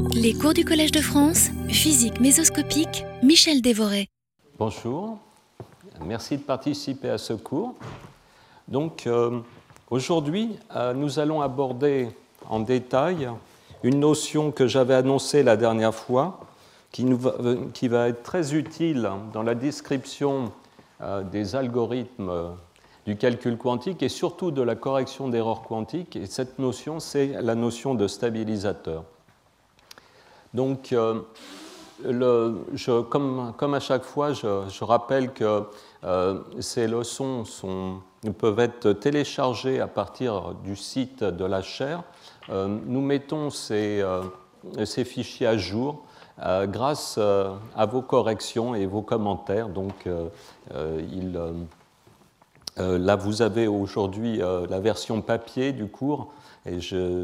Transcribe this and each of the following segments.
Les cours du Collège de France, physique mésoscopique, Michel Dévoré. Bonjour, merci de participer à ce cours. Donc, aujourd'hui, nous allons aborder en détail une notion que j'avais annoncée la dernière fois, qui va être très utile dans la description des algorithmes du calcul quantique et surtout de la correction d'erreurs quantiques. Et cette notion, c'est la notion de stabilisateur. Donc, comme à chaque fois, je rappelle que ces leçons peuvent être téléchargées à partir du site de la chaire. Nous mettons ces fichiers à jour grâce à vos corrections et vos commentaires. Donc, là, vous avez aujourd'hui la version papier du cours. Et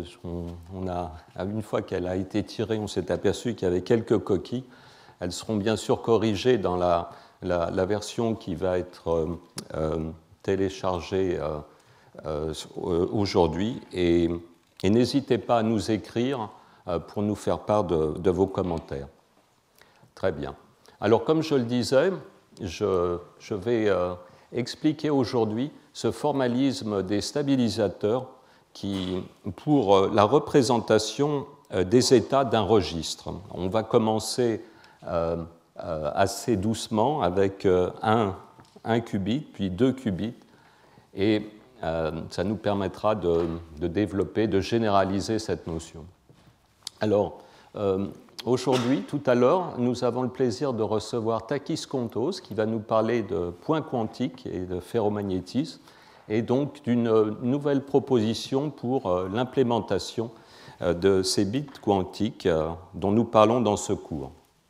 une fois qu'elle a été tirée, on s'est aperçu qu'il y avait quelques coquilles. Elles seront bien sûr corrigées dans la version qui va être téléchargée aujourd'hui. Et n'hésitez pas à nous écrire pour nous faire part de vos commentaires. Très bien. Alors, comme je le disais, je vais expliquer aujourd'hui ce formalisme des stabilisateurs pour la représentation des états d'un registre. On va commencer assez doucement avec un qubit, puis 2 qubits, et ça nous permettra de développer, de généraliser cette notion. Alors, aujourd'hui, tout à l'heure, nous avons le plaisir de recevoir Takis Kontos, qui va nous parler de points quantiques et de ferromagnétisme, et donc d'une nouvelle proposition pour l'implémentation de ces bits quantiques dont nous parlons dans ce cours.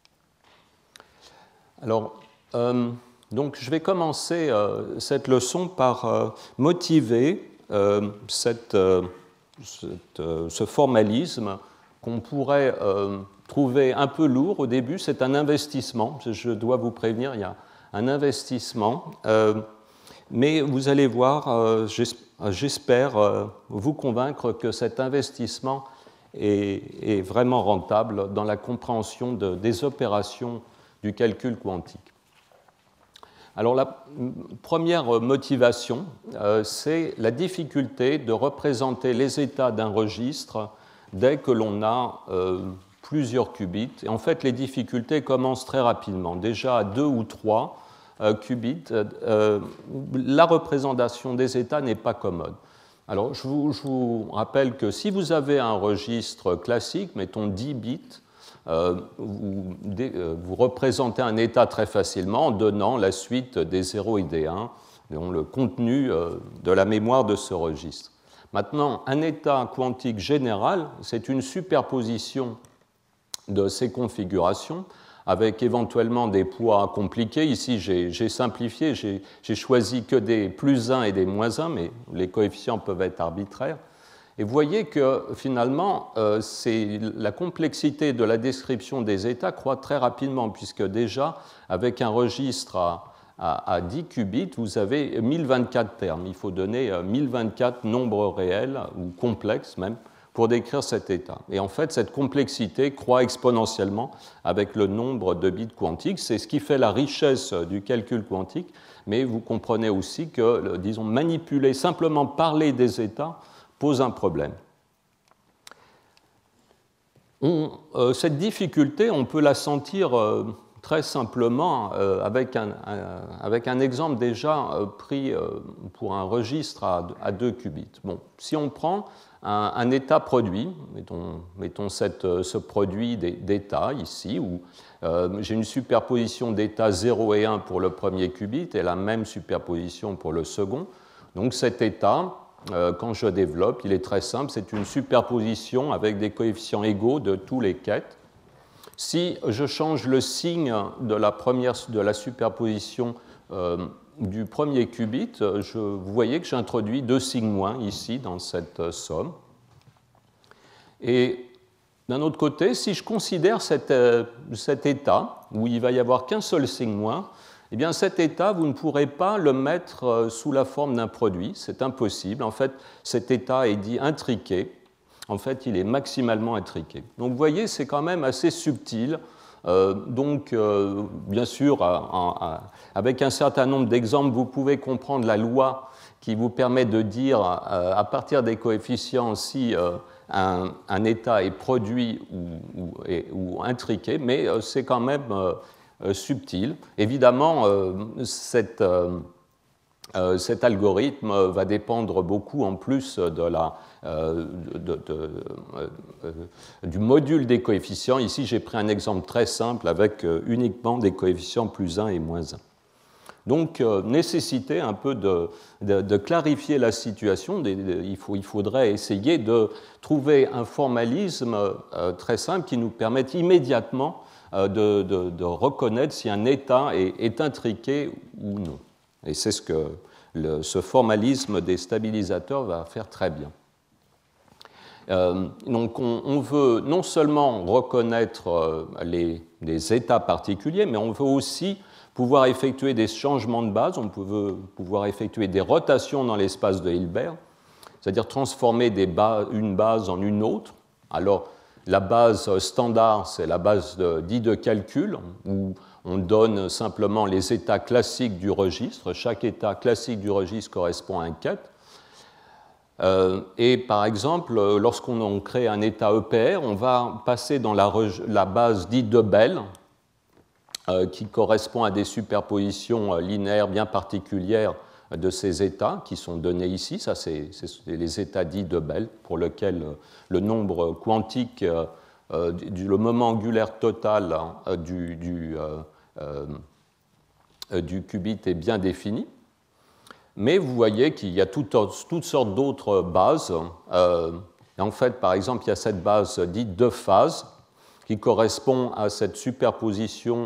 Alors, donc je vais commencer cette leçon par motiver ce formalisme qu'on pourrait trouver un peu lourd au début. C'est un investissement, je dois vous prévenir, il y a un investissement. Mais vous allez voir, j'espère vous convaincre que cet investissement est vraiment rentable dans la compréhension des opérations du calcul quantique. Alors la première motivation, c'est la difficulté de représenter les états d'un registre dès que l'on a plusieurs qubits. Et en fait, les difficultés commencent très rapidement, déjà à 2 ou 3 qubits, la représentation des états n'est pas commode. Alors, je vous rappelle que si vous avez un registre classique, mettons 10 bits, vous représentez un état très facilement en donnant la suite des 0 et des 1, dont le contenu de la mémoire de ce registre. Maintenant, un état quantique général, c'est une superposition de ces configurations, avec éventuellement des poids compliqués. Ici, j'ai simplifié, j'ai choisi que des plus 1 et des moins 1, mais les coefficients peuvent être arbitraires. Et vous voyez que finalement, la complexité de la description des états croît très rapidement, puisque déjà, avec un registre à 10 qubits, vous avez 1024 termes. Il faut donner 1024 nombres réels, ou complexes même, pour décrire cet état. Et en fait, cette complexité croît exponentiellement avec le nombre de bits quantiques. C'est ce qui fait la richesse du calcul quantique, mais vous comprenez aussi que, disons, manipuler, simplement parler des états, pose un problème. Cette difficulté, on peut la sentir très simplement avec un exemple déjà pris pour un registre à 2 qubits. Bon, si on prend un état produit, mettons ce produit d'états ici, où j'ai une superposition d'états 0 et 1 pour le premier qubit et la même superposition pour le second. Donc cet état, quand je développe, il est très simple, c'est une superposition avec des coefficients égaux de tous les quêtes. Si je change le signe de la superposition du premier qubit, vous voyez que j'introduis 2 signes moins ici dans cette somme. Et d'un autre côté, si je considère cet état où il va y avoir qu'un seul signe moins, eh bien cet état, vous ne pourrez pas le mettre sous la forme d'un produit, c'est impossible. En fait, cet état est dit intriqué. en fait, il est maximalement intriqué. Donc vous voyez, c'est quand même assez subtil. Bien sûr, avec un certain nombre d'exemples, vous pouvez comprendre la loi qui vous permet de dire, à partir des coefficients, si un état est produit ou intriqué, mais c'est quand même subtil. Évidemment, cet algorithme va dépendre beaucoup en plus du module des coefficients. Ici, j'ai pris un exemple très simple avec uniquement des coefficients plus 1 et moins 1. Donc, nécessité un peu de clarifier la situation. Il faudrait essayer de trouver un formalisme très simple qui nous permette immédiatement de reconnaître si un état est intriqué ou non. Et c'est ce que ce formalisme des stabilisateurs va faire très bien. Donc on veut non seulement reconnaître les états particuliers, mais on veut aussi pouvoir effectuer des changements de base, on veut pouvoir effectuer des rotations dans l'espace de Hilbert, c'est-à-dire transformer une base en une autre. Alors, la base standard, c'est la base dite de calcul, où on donne simplement les états classiques du registre. Chaque état classique du registre correspond à un quête. Et par exemple, lorsqu'on crée un état EPR, on va passer dans la base dite de Bell, qui correspond à des superpositions linéaires bien particulières de ces états qui sont donnés ici. Ça, c'est les états dits de Bell, pour lesquels le nombre quantique, le moment angulaire total du qubit est bien défini. Mais vous voyez qu'il y a toutes sortes d'autres bases. En fait, par exemple, il y a cette base dite de phase qui correspond à cette superposition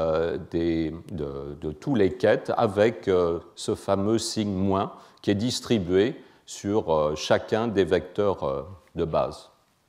de tous les quêtes avec ce fameux signe moins qui est distribué sur chacun des vecteurs de base.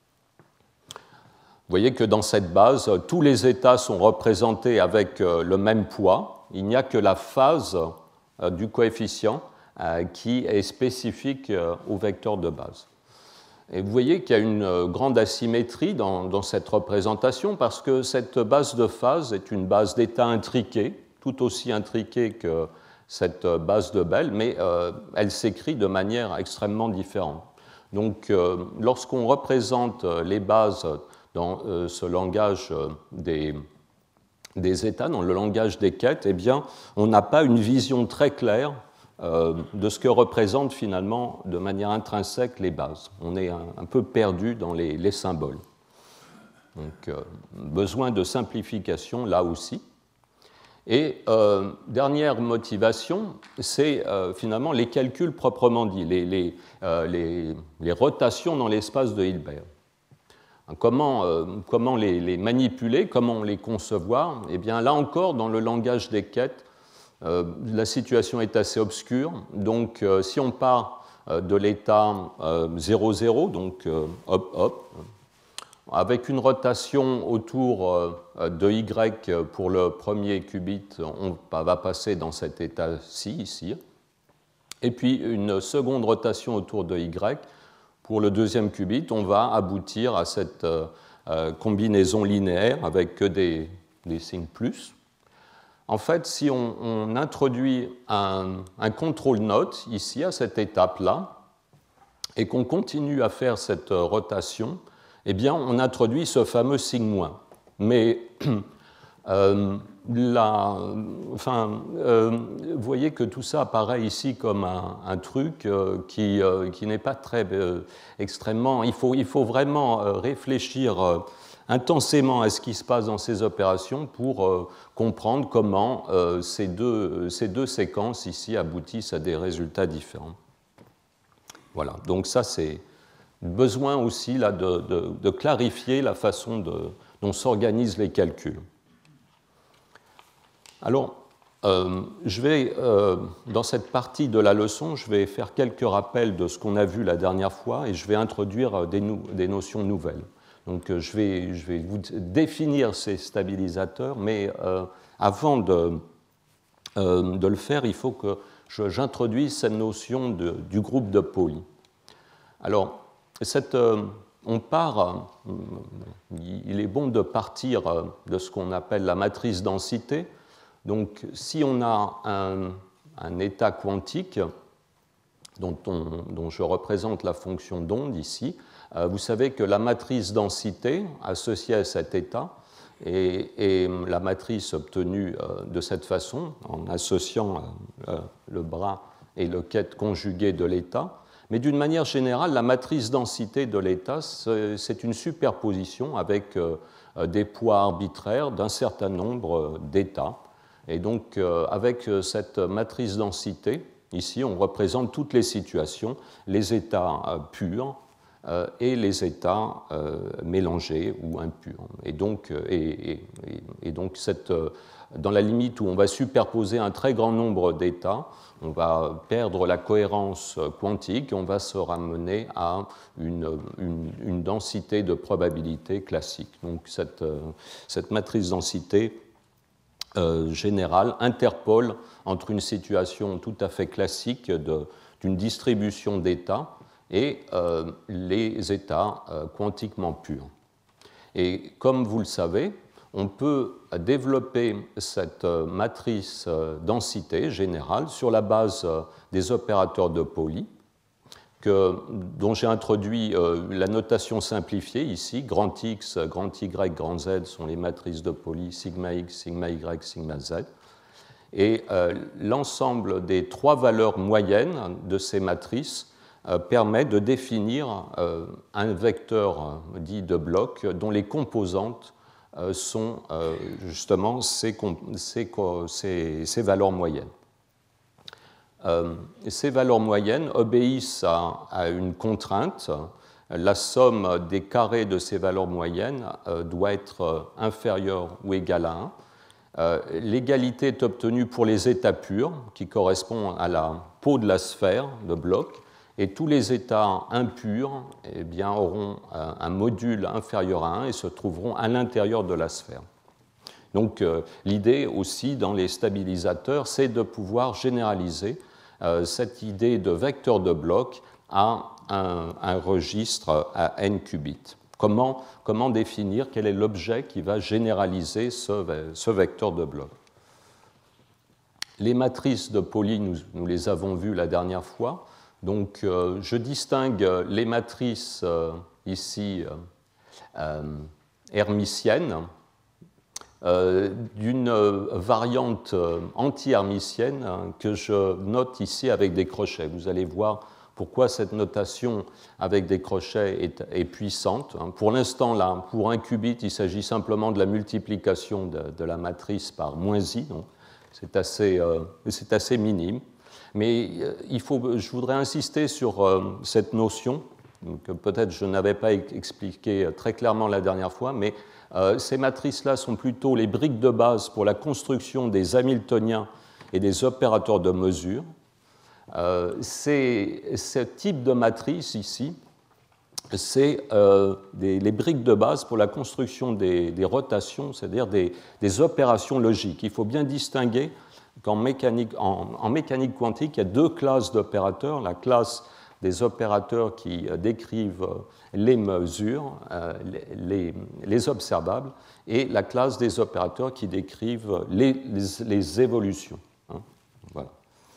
Vous voyez que dans cette base, tous les états sont représentés avec le même poids. Il n'y a que la phase du coefficient qui est spécifique au vecteur de base. Et vous voyez qu'il y a une grande asymétrie dans cette représentation parce que cette base de phase est une base d'état intriquée, tout aussi intriquée que cette base de Bell, mais elle s'écrit de manière extrêmement différente. Donc, lorsqu'on représente les bases dans ce langage des états, dans le langage des quêtes, eh bien, on n'a pas une vision très claire de ce que représentent finalement de manière intrinsèque les bases. On est un peu perdu dans les symboles. Donc, besoin de simplification là aussi. Et dernière motivation, c'est finalement les calculs proprement dits, les rotations dans l'espace de Hilbert. Comment les manipuler, comment les concevoir? Eh bien, là encore, dans le langage des quêtes, la situation est assez obscure. Donc, si on part de l'état 0,0, donc hop, avec une rotation autour de Y pour le premier qubit, on va passer dans cet état-ci, ici. Et puis, une seconde rotation autour de Y. Pour le deuxième qubit, on va aboutir à cette combinaison linéaire avec que des signes plus. En fait, si on introduit un control note ici, à cette étape-là, et qu'on continue à faire cette rotation, eh bien, on introduit ce fameux signe moins. Mais vous voyez que tout ça apparaît ici comme un truc qui n'est pas très extrêmement... Il faut vraiment réfléchir intensément à ce qui se passe dans ces opérations pour comprendre comment ces deux séquences ici aboutissent à des résultats différents. Voilà, donc ça c'est besoin aussi là, de clarifier la façon dont s'organisent les calculs. Alors, je vais, dans cette partie de la leçon, je vais faire quelques rappels de ce qu'on a vu la dernière fois et je vais introduire des notions nouvelles. Donc, je vais vous définir ces stabilisateurs, mais avant de le faire, il faut que j'introduise cette notion du groupe de Pauli. Alors, cette il est bon de partir de ce qu'on appelle la matrice densité. Donc, si on a un état quantique dont je représente la fonction d'onde ici, vous savez que la matrice densité associée à cet état est la matrice obtenue de cette façon, en associant le bras et le quête conjugué de l'état. Mais d'une manière générale, la matrice densité de l'état, c'est une superposition avec des poids arbitraires d'un certain nombre d'états. Et donc, avec cette matrice densité, ici, on représente toutes les situations, les états purs et les états mélangés ou impurs. Et donc, dans la limite où on va superposer un très grand nombre d'états, on va perdre la cohérence quantique et on va se ramener à une densité de probabilité classique. Donc cette matrice densité générale interpole entre une situation tout à fait classique d'une distribution d'états et les états quantiquement purs. Et comme vous le savez, on peut développer cette matrice densité générale sur la base des opérateurs de Pauli, dont j'ai introduit la notation simplifiée ici. Grand X, grand Y, grand Z sont les matrices de Pauli, sigma X, sigma Y, sigma Z. Et l'ensemble des trois valeurs moyennes de ces matrices permet de définir un vecteur dit de bloc dont les composantes sont justement ces valeurs moyennes. Ces valeurs moyennes obéissent à une contrainte. La somme des carrés de ces valeurs moyennes doit être inférieure ou égale à 1. L'égalité est obtenue pour les états purs, qui correspondent à la peau de la sphère de bloc, et tous les états impurs eh bien, auront un module inférieur à 1 et se trouveront à l'intérieur de la sphère. Donc l'idée aussi dans les stabilisateurs, c'est de pouvoir généraliser cette idée de vecteur de bloc à un registre à n qubits. Comment définir quel est l'objet qui va généraliser ce vecteur de bloc? Les matrices de Pauli, nous les avons vues la dernière fois. Donc, je distingue les matrices ici hermitiennes d'une variante anti-hermitienne que je note ici avec des crochets. Vous allez voir pourquoi cette notation avec des crochets est puissante. Pour l'instant, là, pour un qubit, il s'agit simplement de la multiplication de la matrice par moins i. C'est assez minime. Mais je voudrais insister sur cette notion, que peut-être je n'avais pas expliqué très clairement la dernière fois, mais ces matrices-là sont plutôt les briques de base pour la construction des Hamiltoniens et des opérateurs de mesure. Ce type de matrice ici, c'est les briques de base pour la construction des rotations, c'est-à-dire des opérations logiques. Il faut bien distinguer qu'en mécanique quantique, il y a deux classes d'opérateurs, la classe des opérateurs qui décrivent les mesures, les observables, et la classe des opérateurs qui décrivent les évolutions. Voilà.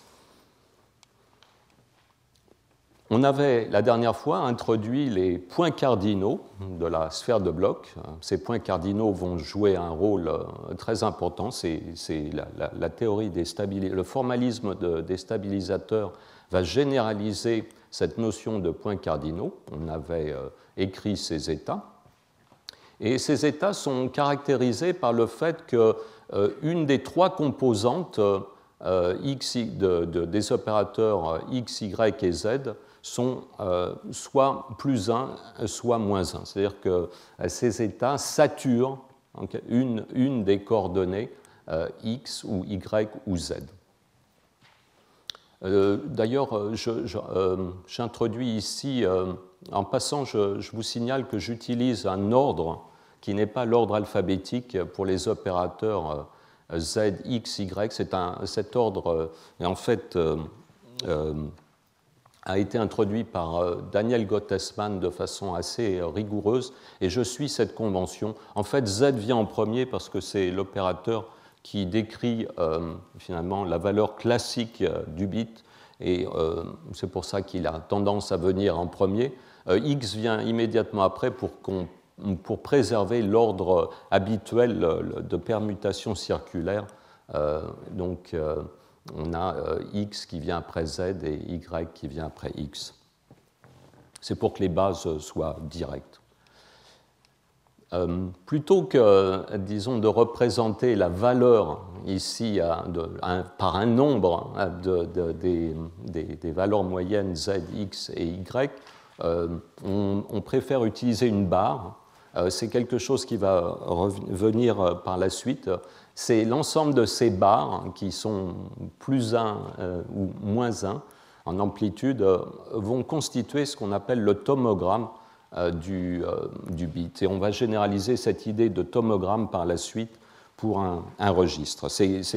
On avait la dernière fois introduit les points cardinaux de la sphère de bloc. Ces points cardinaux vont jouer un rôle très important. C'est la théorie le formalisme des stabilisateurs va généraliser cette notion de points cardinaux. On avait écrit ces états. Et ces états sont caractérisés par le fait qu'une des trois composantes des opérateurs x, y et z sont soit plus 1, soit moins 1. C'est-à-dire que ces états saturent une des coordonnées x ou y ou z. D'ailleurs, j'introduis ici, en passant, je vous signale que j'utilise un ordre qui n'est pas l'ordre alphabétique pour les opérateurs z, x, y. Cet ordre est en fait a été introduit par Daniel Gottesman de façon assez rigoureuse, et je suis cette convention. En fait, Z vient en premier parce que c'est l'opérateur qui décrit finalement la valeur classique du bit, et c'est pour ça qu'il a tendance à venir en premier. X vient immédiatement après pour préserver l'ordre habituel de permutation circulaire. Donc, on a X qui vient après Z et Y qui vient après X. C'est pour que les bases soient directes. Plutôt que, disons, de représenter la valeur ici par un nombre des valeurs moyennes Z, X et Y, on préfère utiliser une barre. C'est quelque chose qui va revenir par la suite. C'est l'ensemble de ces barres qui sont plus 1 ou moins 1 en amplitude vont constituer ce qu'on appelle le tomogramme du bit. Et on va généraliser cette idée de tomogramme par la suite pour un registre. Cette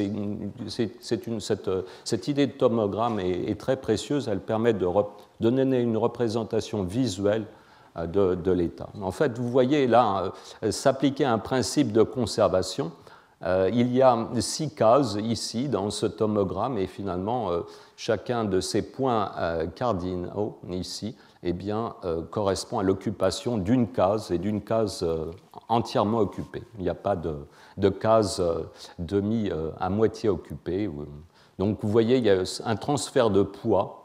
idée de tomogramme est très précieuse. Elle permet de donner une représentation visuelle de l'état. En fait, vous voyez là s'appliquer un principe de conservation. Il y a 6 cases ici dans ce tomogramme et finalement chacun de ces points cardinaux ici correspond à l'occupation d'une case et d'une case entièrement occupée. Il n'y a pas de case demi à moitié occupée. Donc vous voyez, il y a un transfert de poids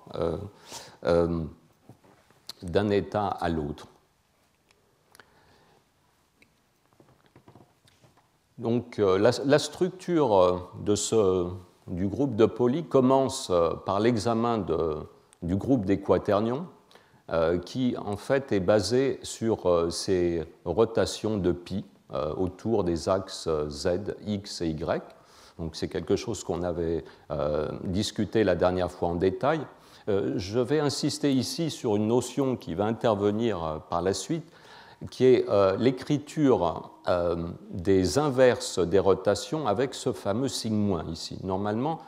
d'un état à l'autre. Donc la structure du groupe de Pauli commence par l'examen du groupe des quaternions qui en fait est basé sur ces rotations de pi autour des axes Z, X et Y. Donc c'est quelque chose qu'on avait discuté la dernière fois en détail. Je vais insister ici sur une notion qui va intervenir par la suite, qui est l'écriture des inverses des rotations avec ce fameux signe-moins ici. Normalement,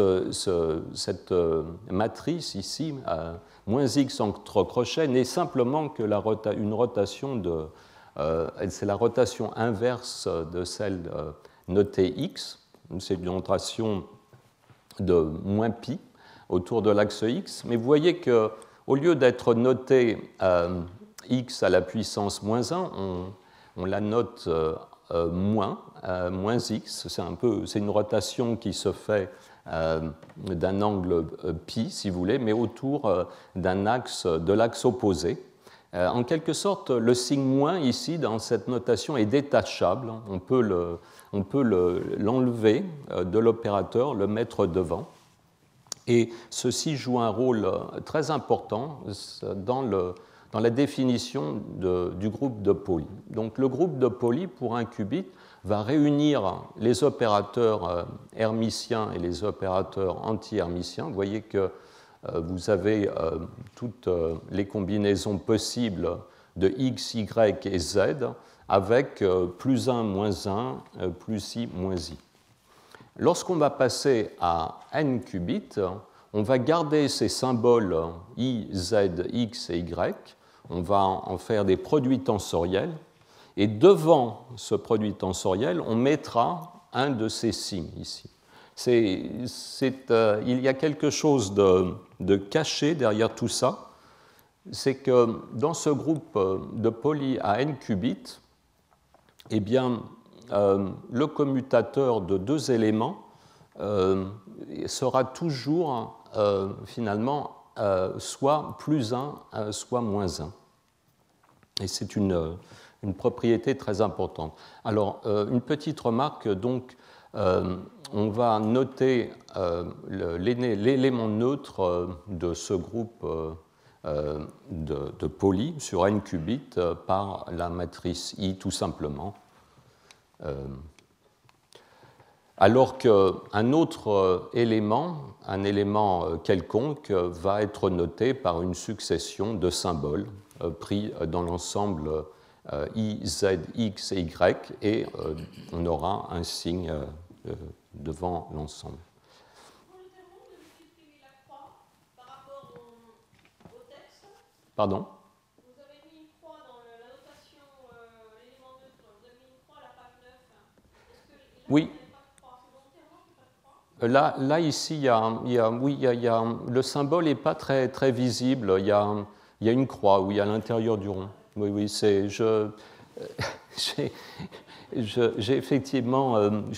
cette matrice ici, moins x entre crochets, n'est simplement que une rotation c'est la rotation inverse de celle notée x. C'est une rotation de moins pi autour de l'axe x. Mais vous voyez qu'au lieu d'être noté x à la puissance moins 1, on la note moins x. C'est une rotation qui se fait d'un angle pi, si vous voulez, mais autour de l'axe opposé. En quelque sorte, le signe moins ici, dans cette notation, est détachable. On peut l'enlever de l'opérateur, le mettre devant. Et ceci joue un rôle très important dans la définition du groupe de Pauli. Donc le groupe de Pauli, pour un qubit, va réunir les opérateurs hermitiens et les opérateurs anti-hermitiens. Vous voyez que vous avez toutes les combinaisons possibles de x, y et z avec plus 1, moins 1, plus i, moins i. Lorsqu'on va passer à n qubits, on va garder ces symboles i, z, x et y. On va en faire des produits tensoriels. Et devant ce produit tensoriel, on mettra un de ces signes ici. Il y a quelque chose de caché derrière tout ça. C'est que dans ce groupe de Pauli à n qubits, eh bien, le commutateur de 2 éléments sera toujours finalement soit plus 1, soit moins 1. Et c'est une propriété très importante. Alors, une petite remarque, donc, on va noter l'élément neutre de ce groupe de Pauli sur n qubits par la matrice I, tout simplement. Alors qu'un autre élément, un élément quelconque, va être noté par une succession de symboles pris dans l'ensemble I, Z, X et Y, et on aura un signe devant l'ensemble. Pardon? Vous avez mis une croix dans la notation, l'élément neutre, vous avez mis une croix à la page 9. Est-ce que là, Oui. vous n'avez pas de croix? C'est volontairement qu'il n'y a pas de croix? Là, ici, le symbole n'est pas très, très visible. Il y a une croix, oui, à l'intérieur du rond. Oui, oui, j'ai effectivement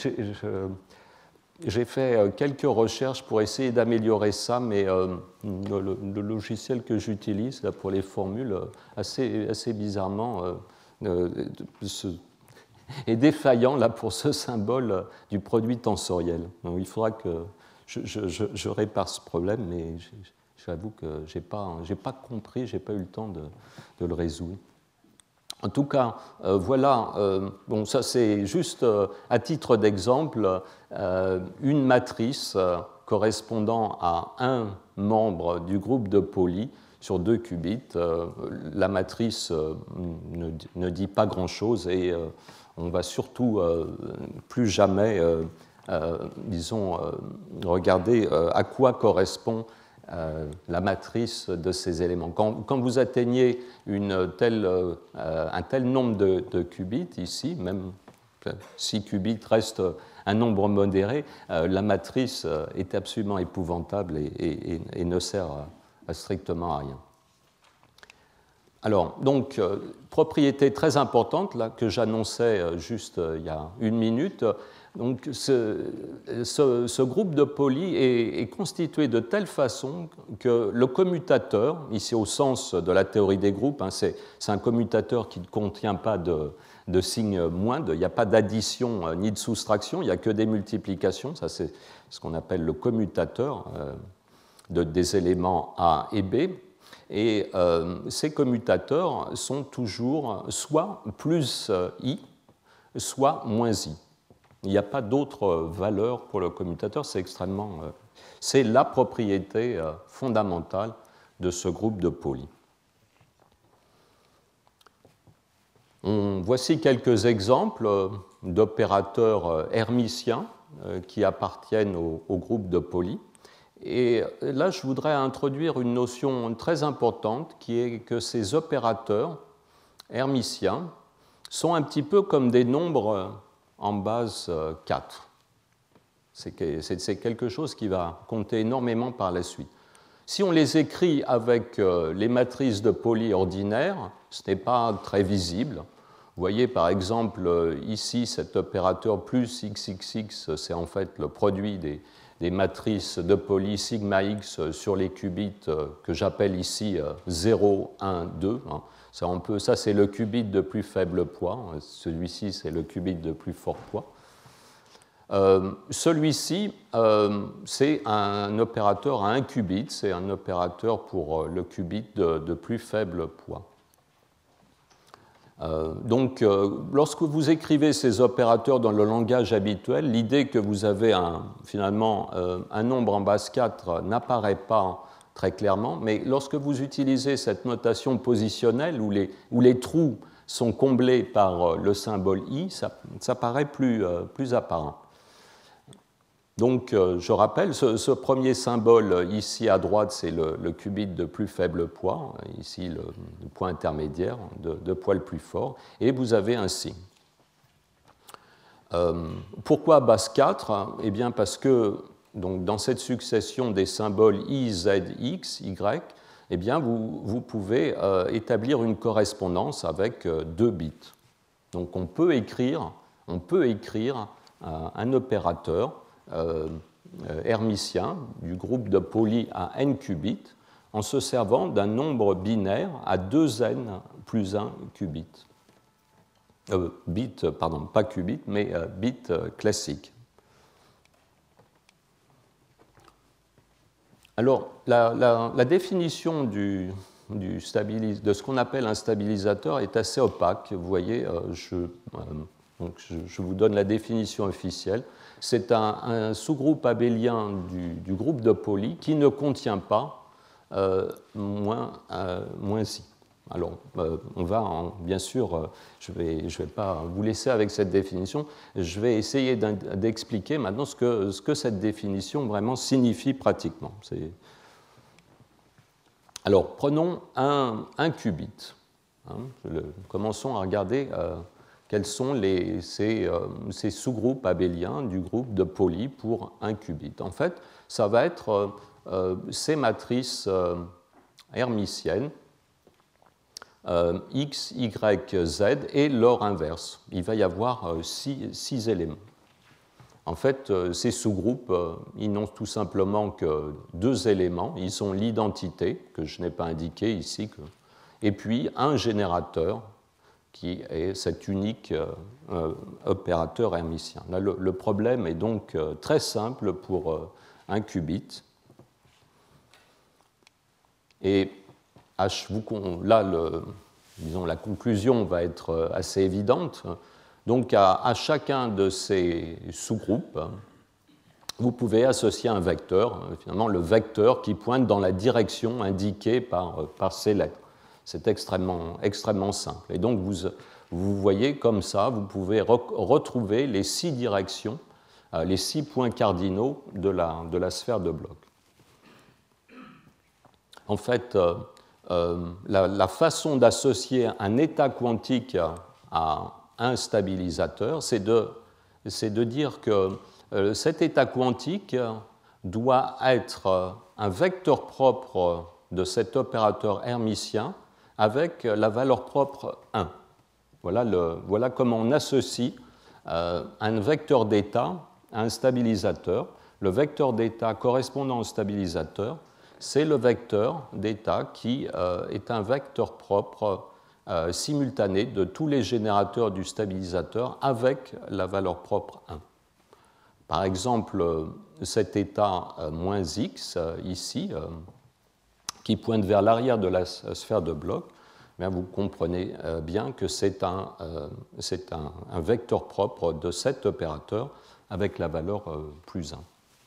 j'ai fait quelques recherches pour essayer d'améliorer ça, mais le logiciel que j'utilise pour les formules, assez bizarrement, est défaillant là, pour ce symbole du produit tensoriel. Donc, il faudra que je répare ce problème, mais j'avoue que je n'ai pas compris, je n'ai pas eu le temps de le résoudre. En tout cas, voilà, bon, ça c'est juste à titre d'exemple, une matrice correspondant à un membre du groupe de Pauli sur 2 qubits. La matrice ne dit pas grand-chose et on va surtout plus jamais, disons, regarder à quoi correspond la matrice de ces éléments. Quand vous atteignez un tel nombre de qubits, ici, même 6 qubits reste un nombre modéré, la matrice est absolument épouvantable et ne sert strictement à rien. Alors, donc, propriété très importante là, que j'annonçais juste il y a 1 minute. Donc, ce groupe de Pauli est constitué de telle façon que le commutateur, ici au sens de la théorie des groupes, hein, c'est un commutateur qui ne contient pas de signe moindre, il n'y a pas d'addition ni de soustraction, il n'y a que des multiplications, ça c'est ce qu'on appelle le commutateur des éléments A et B. Et ces commutateurs sont toujours soit plus I, soit moins I. Il n'y a pas d'autre valeur pour le commutateur, c'est la propriété fondamentale de ce groupe de Pauli. Voici quelques exemples d'opérateurs hermitiens qui appartiennent au groupe de Pauli. Et là, je voudrais introduire une notion très importante qui est que ces opérateurs hermitiens sont un petit peu comme des nombres en base 4. C'est quelque chose qui va compter énormément par la suite. Si on les écrit avec les matrices de Pauli ordinaires, ce n'est pas très visible. Vous voyez par exemple ici cet opérateur plus XXX, c'est en fait le produit des matrices de Pauli sigma x sur les qubits que j'appelle ici 0, 1, 2. Ça, c'est le qubit de plus faible poids. Celui-ci, c'est le qubit de plus fort poids. Celui-ci, c'est un opérateur à 1 qubit. C'est un opérateur pour le qubit de plus faible poids. Donc, lorsque vous écrivez ces opérateurs dans le langage habituel, l'idée que vous avez finalement un nombre en base 4 n'apparaît pas très clairement, mais lorsque vous utilisez cette notation positionnelle où les trous sont comblés par le symbole I, ça paraît plus apparent. Donc, je rappelle, ce premier symbole ici à droite, c'est le qubit de plus faible poids, ici le point intermédiaire de poids le plus fort, et vous avez un signe. Pourquoi base 4 ? Eh bien parce que donc, dans cette succession des symboles I, Z, X, Y, eh bien, vous pouvez établir une correspondance avec 2 bits. Donc on peut écrire un opérateur hermitien du groupe de Pauli à n qubits en se servant d'un nombre binaire à 2n plus 1 qubit. Bit, pardon, pas qubit, mais bit classique. Alors, la définition de ce qu'on appelle un stabilisateur est assez opaque. Vous voyez, je vous donne la définition officielle. C'est un sous-groupe abélien du groupe de Pauli qui ne contient pas moins I. Alors, on va, bien sûr, je vais pas vous laisser avec cette définition, je vais essayer d'expliquer maintenant ce que cette définition vraiment signifie pratiquement. Alors, prenons un qubit. Commençons à regarder quels sont ces sous-groupes abéliens du groupe de Pauli pour un qubit. En fait, ça va être ces matrices hermitiennes X, Y, Z et leur inverse. Il va y avoir 6 éléments. En fait, ces sous-groupes, ils n'ont tout simplement que 2 éléments. Ils ont l'identité, que je n'ai pas indiquée ici, et puis un générateur, qui est cet unique opérateur hermitien. Là, le problème est donc très simple pour un qubit. Et là, disons, la conclusion va être assez évidente. Donc, à chacun de ces sous-groupes, vous pouvez associer un vecteur, finalement le vecteur qui pointe dans la direction indiquée par ces lettres. C'est extrêmement simple. Et donc, vous voyez comme ça, vous pouvez retrouver les 6 directions, les 6 points cardinaux de la sphère de Bloch. En fait, la façon d'associer un état quantique à un stabilisateur, c'est de dire que cet état quantique doit être un vecteur propre de cet opérateur hermitien avec la valeur propre 1. Voilà comment on associe un vecteur d'état à un stabilisateur. Le vecteur d'état correspondant au stabilisateur, c'est le vecteur d'état qui est un vecteur propre simultané de tous les générateurs du stabilisateur avec la valeur propre 1. Par exemple, cet état moins x, ici, qui pointe vers l'arrière de la sphère de Bloch, bien, vous comprenez bien que c'est un vecteur propre de cet opérateur avec la valeur plus 1.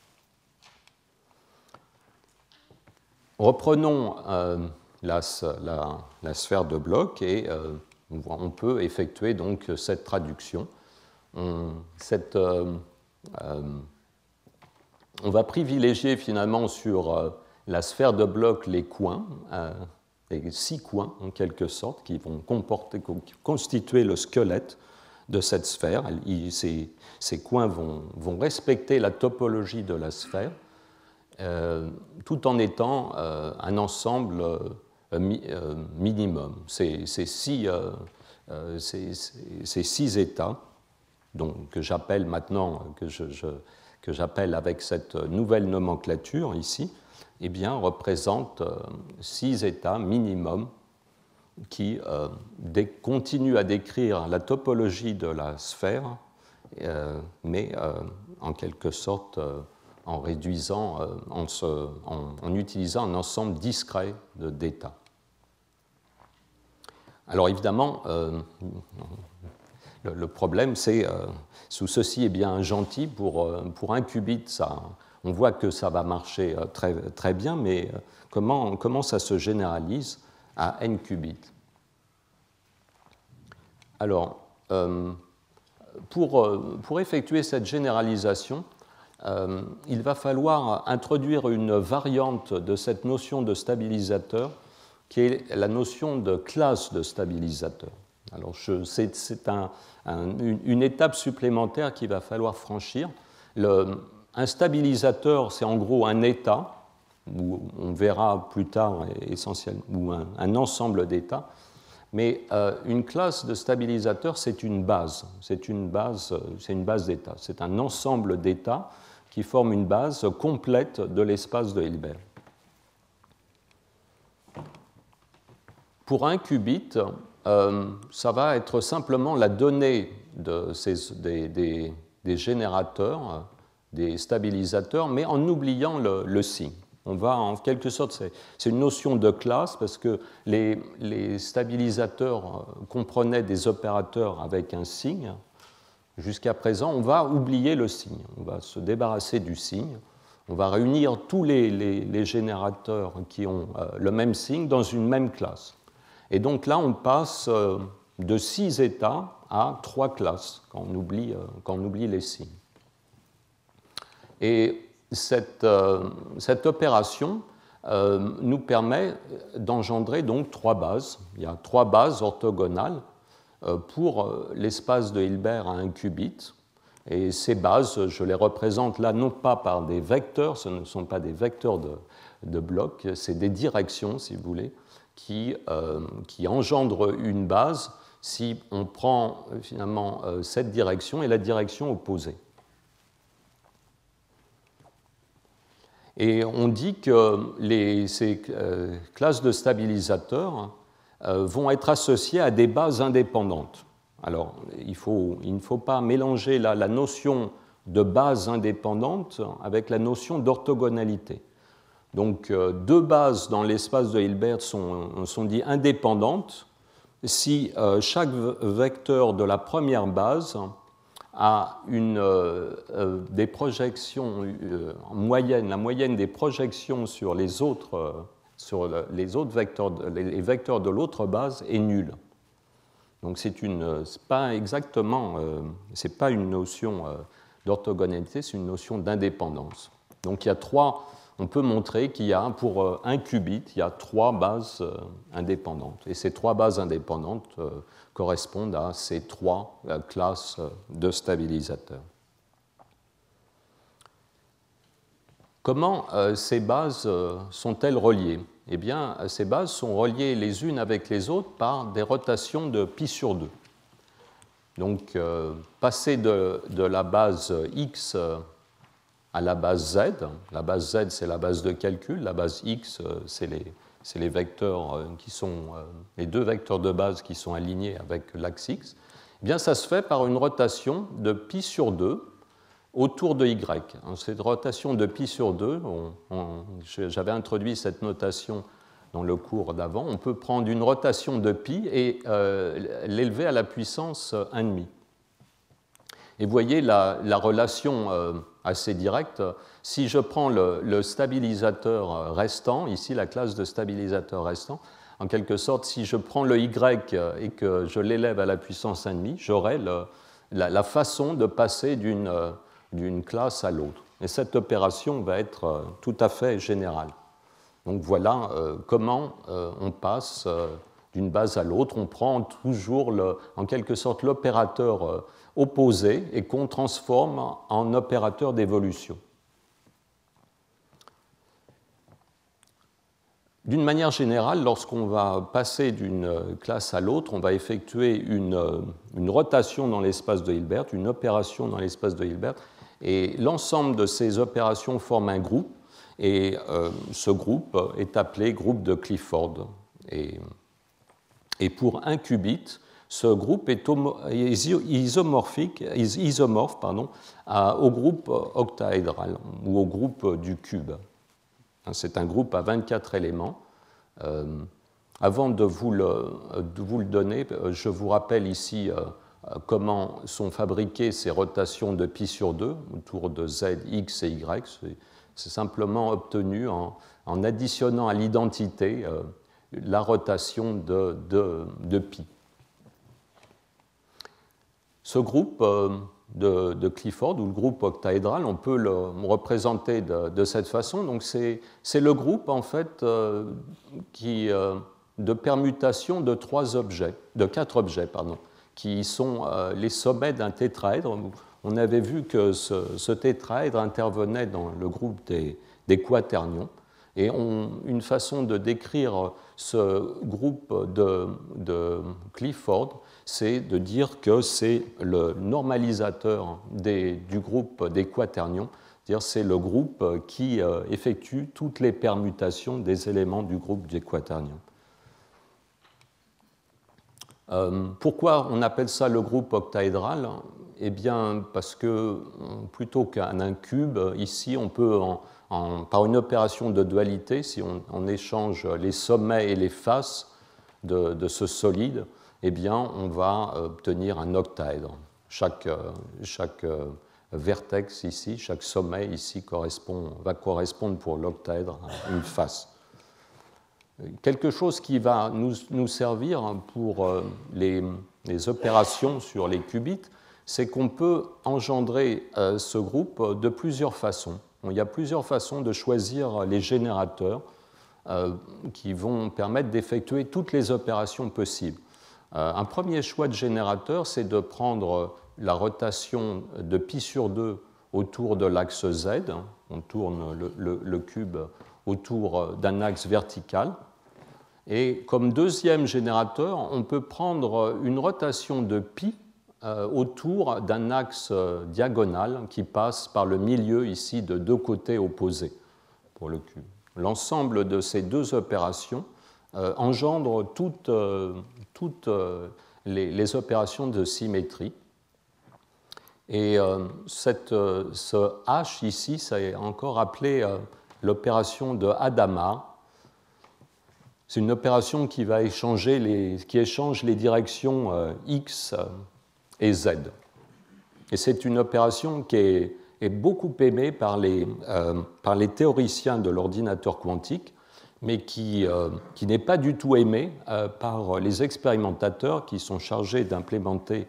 Reprenons la sphère de Bloch et on peut effectuer donc cette traduction. On va privilégier finalement sur la sphère de Bloch les coins, les 6 coins en quelque sorte, qui vont constituer le squelette de cette sphère. Ces coins vont respecter la topologie de la sphère, tout en étant un ensemble minimum. Ces 6 états, donc, que j'appelle maintenant, que j'appelle avec cette nouvelle nomenclature ici, eh bien, représentent 6 états minimum qui continuent à décrire la topologie de la sphère, mais en quelque sorte en réduisant, en utilisant un ensemble discret d'états. Alors évidemment, le problème, c'est, sous ceci est bien gentil, pour un qubit, on voit que ça va marcher très bien, mais comment ça se généralise à n qubits? Alors, pour effectuer cette généralisation, il va falloir introduire une variante de cette notion de stabilisateur qui est la notion de classe de stabilisateur. Alors, c'est une étape supplémentaire qu'il va falloir franchir. Un stabilisateur, c'est en gros un état, où on verra plus tard essentiellement, ou un ensemble d'états, mais une classe de stabilisateur, c'est une base. C'est une base d'états. C'est un ensemble d'états qui forme une base complète de l'espace de Hilbert. Pour un qubit, ça va être simplement la donnée des générateurs, des stabilisateurs, mais en oubliant le signe. On va, en quelque sorte, c'est une notion de classe parce que les stabilisateurs comprenaient des opérateurs avec un signe. Jusqu'à présent, on va oublier le signe. On va se débarrasser du signe. On va réunir tous les générateurs qui ont le même signe dans une même classe. Et donc là, on passe de 6 états à 3 classes quand on oublie les signes. Et cette opération nous permet d'engendrer donc 3 bases. Il y a 3 bases orthogonales pour l'espace de Hilbert à 1 qubit. Et ces bases, je les représente là non pas par des vecteurs, ce ne sont pas des vecteurs de blocs, c'est des directions, si vous voulez, qui engendrent une base si on prend finalement cette direction et la direction opposée. Et on dit que ces classes de stabilisateurs vont être associées à des bases indépendantes. Alors, il ne faut pas mélanger la notion de base indépendante avec la notion d'orthogonalité. Donc, 2 bases dans l'espace de Hilbert sont dites indépendantes si chaque vecteur de la première base a des projections moyennes, la moyenne des projections sur les autres vecteurs, les vecteurs de l'autre base est nulle. Donc c'est pas exactement, c'est pas une notion d'orthogonalité, c'est une notion d'indépendance. Donc il y a 3, on peut montrer qu'il y a pour 1 qubit, il y a 3 bases indépendantes. Et ces 3 bases indépendantes correspondent à ces 3 classes de stabilisateurs. Comment ces bases sont-elles reliées? Eh bien, ces bases sont reliées les unes avec les autres par des rotations de π sur 2. Donc, passer de la base X à la base Z, c'est la base de calcul, la base X, c'est les vecteurs qui sont les 2 vecteurs de base qui sont alignés avec l'axe X. Eh bien, ça se fait par une rotation de π sur 2 autour de Y. Cette rotation de π sur 2, j'avais introduit cette notation dans le cours d'avant, on peut prendre une rotation de π et l'élever à la puissance 1,5. Et vous voyez la relation assez directe. Si je prends le stabilisateur restant, ici la classe de stabilisateur restant, en quelque sorte, si je prends le Y et que je l'élève à la puissance 1,5, j'aurai la façon de passer d'une classe à l'autre. Et cette opération va être tout à fait générale. Donc voilà comment on passe d'une base à l'autre. On prend toujours en quelque sorte l'opérateur opposé et qu'on transforme en opérateur d'évolution. D'une manière générale, lorsqu'on va passer d'une classe à l'autre, on va effectuer une rotation dans l'espace de Hilbert, une opération dans l'espace de Hilbert, et l'ensemble de ces opérations forme un groupe, et ce groupe est appelé groupe de Clifford. Et pour 1 qubit, ce groupe est isomorphe au groupe octaédral ou au groupe du cube. C'est un groupe à 24 éléments. Avant de vous le donner, je vous rappelle ici comment sont fabriquées ces rotations de π sur 2 autour de Z, X et Y. C'est simplement obtenu en additionnant à l'identité la rotation de π. Ce groupe de Clifford, ou le groupe octaédral, on peut le représenter de cette façon. Donc c'est le groupe en fait de permutation de 4 objets, qui sont les sommets d'un tétraèdre. On avait vu que ce tétraèdre intervenait dans le groupe des quaternions. Et une façon de décrire ce groupe de Clifford, c'est de dire que c'est le normalisateur du groupe des quaternions, c'est-à-dire c'est le groupe qui effectue toutes les permutations des éléments du groupe des quaternions. Pourquoi on appelle ça le groupe octaédral? Eh bien, parce que plutôt qu'un cube, ici, on peut, par une opération de dualité, si on échange les sommets et les faces de ce solide, eh bien, on va obtenir un octaèdre. Chaque vertex ici, chaque sommet ici va correspondre pour l'octaèdre à une face. Quelque chose qui va nous servir pour les opérations sur les qubits, c'est qu'on peut engendrer ce groupe de plusieurs façons. Il y a plusieurs façons de choisir les générateurs qui vont permettre d'effectuer toutes les opérations possibles. Un premier choix de générateur, c'est de prendre la rotation de π sur 2 autour de l'axe Z. On tourne le cube autour d'un axe vertical. Et comme deuxième générateur, on peut prendre une rotation de π autour d'un axe diagonal qui passe par le milieu ici de deux côtés opposés pour le cube. L'ensemble de ces deux opérations engendre toutes les opérations de symétrie. Et ce H ici, ça est encore appelé l'opération de Hadamard. C'est une opération qui échange les directions X et Z. Et c'est une opération qui est beaucoup aimée par les théoriciens de l'ordinateur quantique, mais qui n'est pas du tout aimée par les expérimentateurs qui sont chargés d'implémenter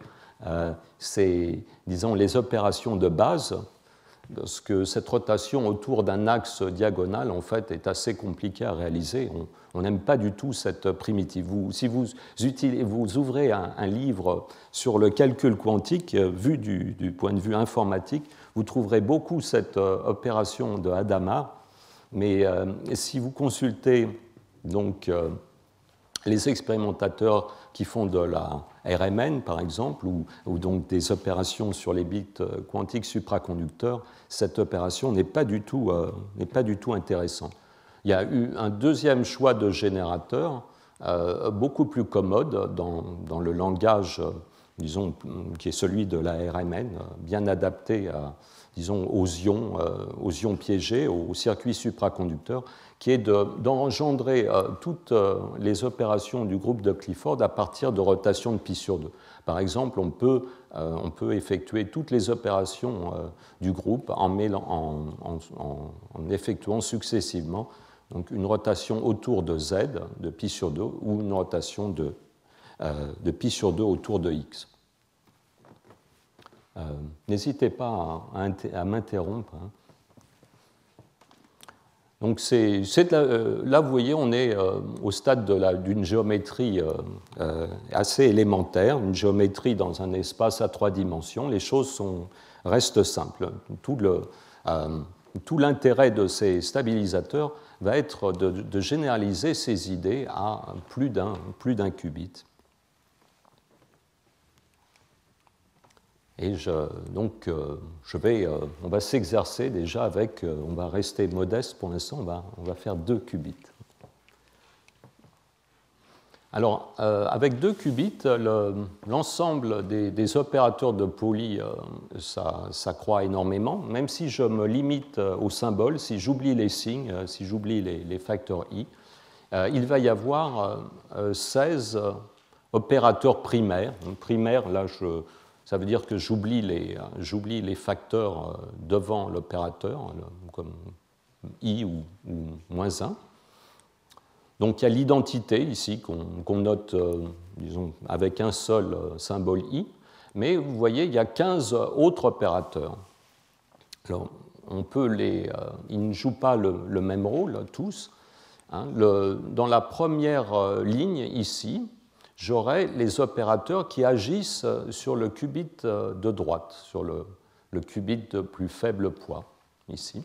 les opérations de base, parce que cette rotation autour d'un axe diagonal, en fait, est assez compliquée à réaliser. On n'aime pas du tout cette primitive. Si vous ouvrez un livre sur le calcul quantique, vu du point de vue informatique, vous trouverez beaucoup cette opération de Hadamard. Mais si vous consultez donc, les expérimentateurs qui font de la RMN, par exemple, ou donc des opérations sur les bits quantiques supraconducteurs, cette opération n'est pas du tout intéressante. Il y a eu un deuxième choix de générateur beaucoup plus commode dans le langage, disons, qui est celui de la RMN, bien adapté aux ions piégés, aux circuits supraconducteurs, qui est d'engendrer toutes les opérations du groupe de Clifford à partir de rotation de π sur 2. Par exemple, on peut effectuer toutes les opérations du groupe en effectuant successivement donc une rotation autour de Z, de π sur 2, ou une rotation de π sur 2 autour de X. N'hésitez pas à m'interrompre. Donc là, vous voyez, on est au stade d'une géométrie assez élémentaire, une géométrie dans un espace à 3 dimensions. Les choses restent simples. Tout l'intérêt de ces stabilisateurs va être de généraliser ces idées à plus d'un qubit. Et on va s'exercer déjà avec, on va rester modeste pour l'instant, on va faire 2 qubits. Alors, avec 2 qubits, l'ensemble des opérateurs de Pauli s'accroît énormément, même si je me limite aux symboles, si j'oublie les signes, si j'oublie les facteurs i, il va y avoir 16 opérateurs primaires. Primaires, là, ça veut dire que j'oublie les facteurs devant l'opérateur, comme i ou moins 1. Donc il y a l'identité ici qu'on note, disons, avec un seul symbole i, mais vous voyez, il y a 15 autres opérateurs. Alors, ils ne jouent pas le même rôle, tous. Dans la première ligne ici, j'aurai les opérateurs qui agissent sur le qubit de droite, sur le qubit de plus faible poids, ici.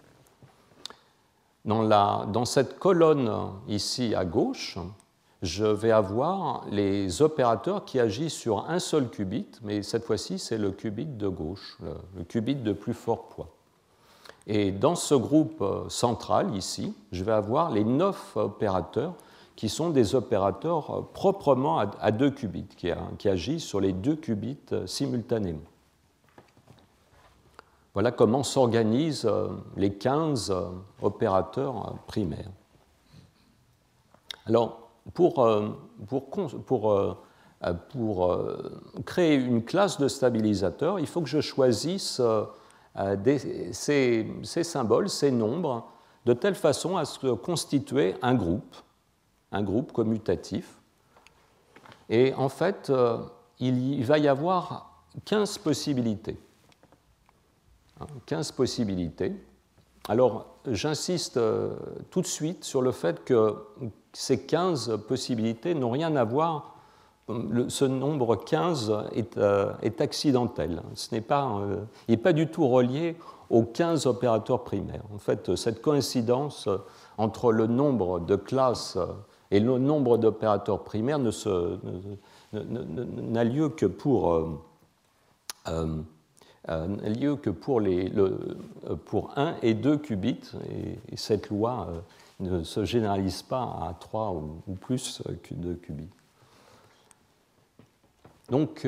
Dans cette colonne ici à gauche, je vais avoir les opérateurs qui agissent sur un seul qubit, mais cette fois-ci, c'est le qubit de gauche, le qubit de plus fort poids. Et dans ce groupe central, ici, je vais avoir les 9 opérateurs qui sont des opérateurs proprement à 2 qubits, qui agissent sur les 2 qubits simultanément. Voilà comment s'organisent les 15 opérateurs primaires. Alors, pour créer une classe de stabilisateurs, il faut que je choisisse ces symboles, ces nombres, de telle façon à se constituer un groupe commutatif. Et en fait, il va y avoir 15 possibilités. 15 possibilités. Alors, j'insiste tout de suite sur le fait que ces 15 possibilités n'ont rien à voir. Ce nombre 15 est accidentel. Il n'est pas du tout relié aux 15 opérateurs primaires. En fait, cette coïncidence entre le nombre de classes et le nombre d'opérateurs primaires n'a lieu que pour 1 et 2 qubits, et cette loi ne se généralise pas à 3 ou plus que 2 qubits. Donc,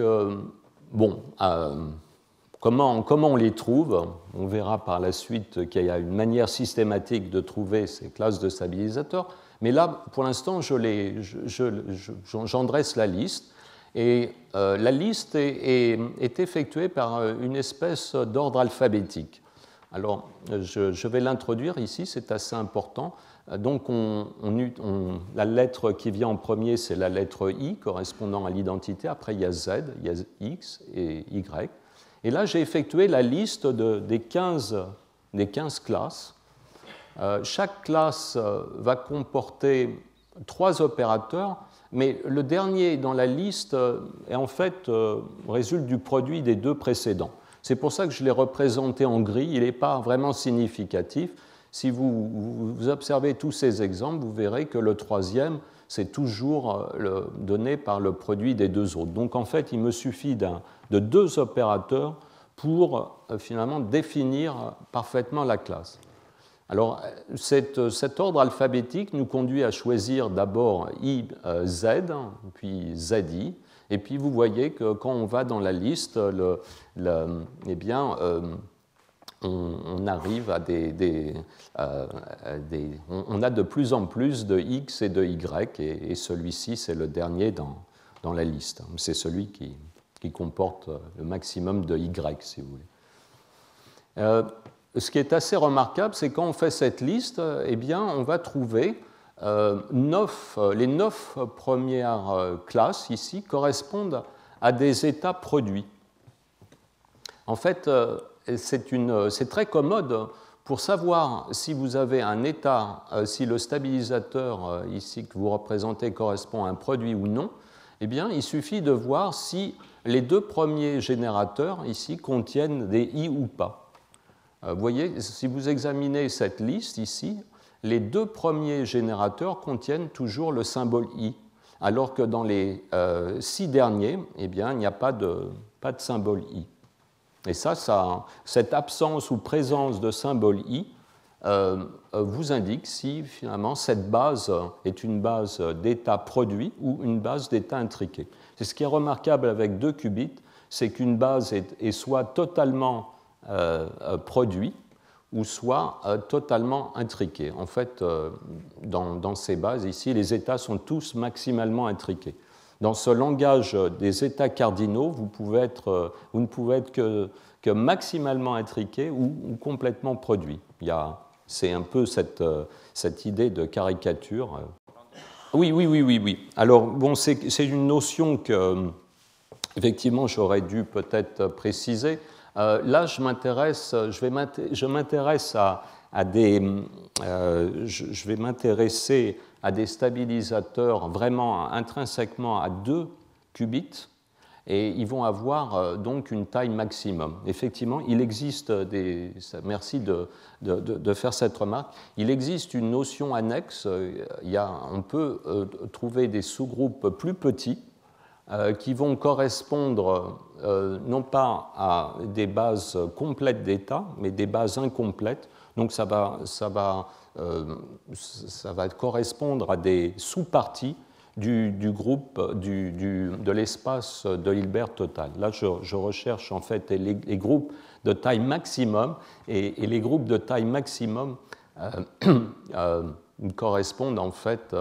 comment on les trouve? On verra par la suite qu'il y a une manière systématique de trouver ces classes de stabilisateurs, mais là, pour l'instant, j'en dresse la liste. Et la liste est effectuée par une espèce d'ordre alphabétique. Alors, je vais l'introduire ici, c'est assez important. Donc, la lettre qui vient en premier, c'est la lettre I, correspondant à l'identité. Après, il y a Z, il y a X et Y. Et là, j'ai effectué la liste des 15 classes. Chaque classe va comporter 3 opérateurs, mais le dernier dans la liste est en fait résulte du produit des 2 précédents. C'est pour ça que je l'ai représenté en gris, il n'est pas vraiment significatif. Si vous observez tous ces exemples, vous verrez que le troisième, c'est toujours donné par le produit des 2 autres. Donc en fait, il me suffit de 2 opérateurs pour finalement définir parfaitement la classe. Alors, cet ordre alphabétique nous conduit à choisir d'abord IZ, puis ZI, et puis vous voyez que quand on va dans la liste, on arrive à on a de plus en plus de X et de Y, et celui-ci, c'est le dernier dans la liste. C'est celui qui comporte le maximum de Y, si vous voulez. Ce qui est assez remarquable, c'est quand on fait cette liste, eh bien, on va trouver les 9 premières classes ici correspondent à des états produits. En fait, c'est très commode pour savoir si vous avez un état, si le stabilisateur ici que vous représentez correspond à un produit ou non. Eh bien, il suffit de voir si les 2 premiers générateurs ici contiennent des I ou pas. Vous voyez, si vous examinez cette liste ici, les 2 premiers générateurs contiennent toujours le symbole I, alors que dans les 6 derniers, eh bien, il n'y a pas de symbole I. Et cette absence ou présence de symbole I vous indique si finalement cette base est une base d'état produit ou une base d'état intriqué. C'est ce qui est remarquable avec 2 qubits, c'est qu'une base est soit totalement produit ou soit totalement intriqué. En fait, dans ces bases ici, les états sont tous maximalement intriqués. Dans ce langage des états cardinaux, vous ne pouvez être que maximalement intriqué ou complètement produit. C'est un peu cette idée de caricature. Oui. Alors, bon, c'est une notion que, effectivement, j'aurais dû peut-être préciser. Là, je vais m'intéresser à des stabilisateurs vraiment intrinsèquement à 2 qubits, et ils vont avoir donc une taille maximum. Effectivement, il existe merci de faire cette remarque. Il existe une notion annexe. On peut trouver des sous-groupes plus petits qui vont correspondre non pas à des bases complètes d'état, mais des bases incomplètes. Donc ça va correspondre à des sous-parties du groupe de l'espace de Hilbert total. Là, je recherche en fait les groupes de taille maximum, et les groupes de taille maximum correspondent en fait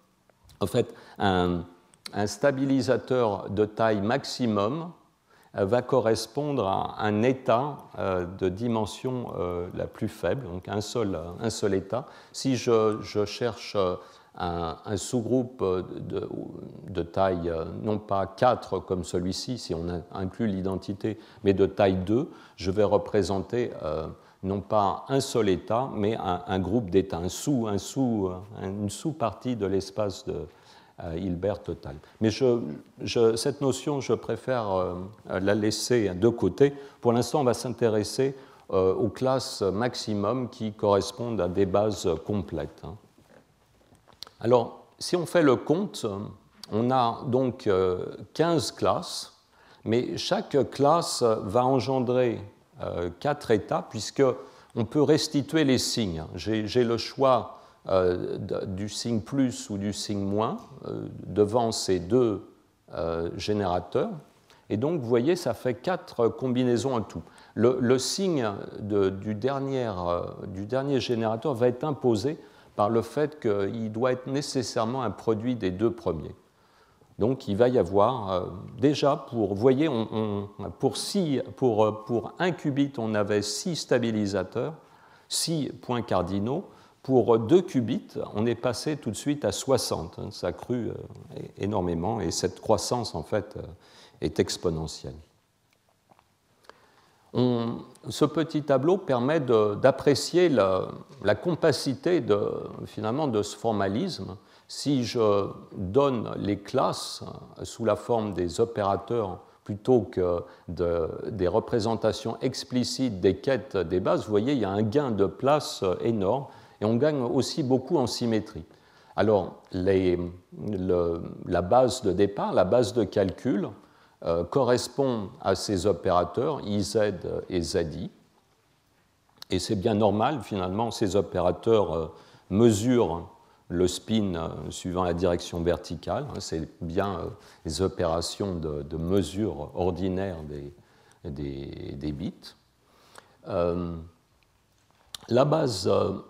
un stabilisateur de taille maximum va correspondre à un état de dimension la plus faible, donc un seul état. Si je cherche un sous-groupe de taille non pas 4 comme celui-ci, si on inclut l'identité, mais de taille 2, je vais représenter non pas un seul état, mais un groupe d'états, une sous-partie de l'espace de Hilbert total. Mais cette notion, je préfère la laisser de côté. Pour l'instant, on va s'intéresser aux classes maximum qui correspondent à des bases complètes. Alors, si on fait le compte, on a donc 15 classes, mais chaque classe va engendrer 4 états, puisqu'on peut restituer les signes. J'ai le choix du signe plus ou du signe moins devant ces deux générateurs. Et donc, vous voyez, ça fait 4 combinaisons en tout. Le signe du dernier générateur va être imposé par le fait qu'il doit être nécessairement un produit des deux premiers. Donc, il va y avoir, déjà, vous voyez, pour 1 qubit, on avait 6 stabilisateurs, 6 points cardinaux. Pour 2 qubits, on est passé tout de suite à 60. Ça a cru énormément, et cette croissance, en fait, est exponentielle. Ce petit tableau permet d'apprécier la compacité finalement de ce formalisme. Si je donne les classes sous la forme des opérateurs plutôt que des représentations explicites des quêtes des bases, vous voyez, il y a un gain de place énorme, et on gagne aussi beaucoup en symétrie. Alors, la base de départ, la base de calcul, correspond à ces opérateurs IZ et ZI. Et c'est bien normal, finalement, ces opérateurs mesurent le spin suivant la direction verticale. C'est bien les opérations de mesure ordinaire des bits. La base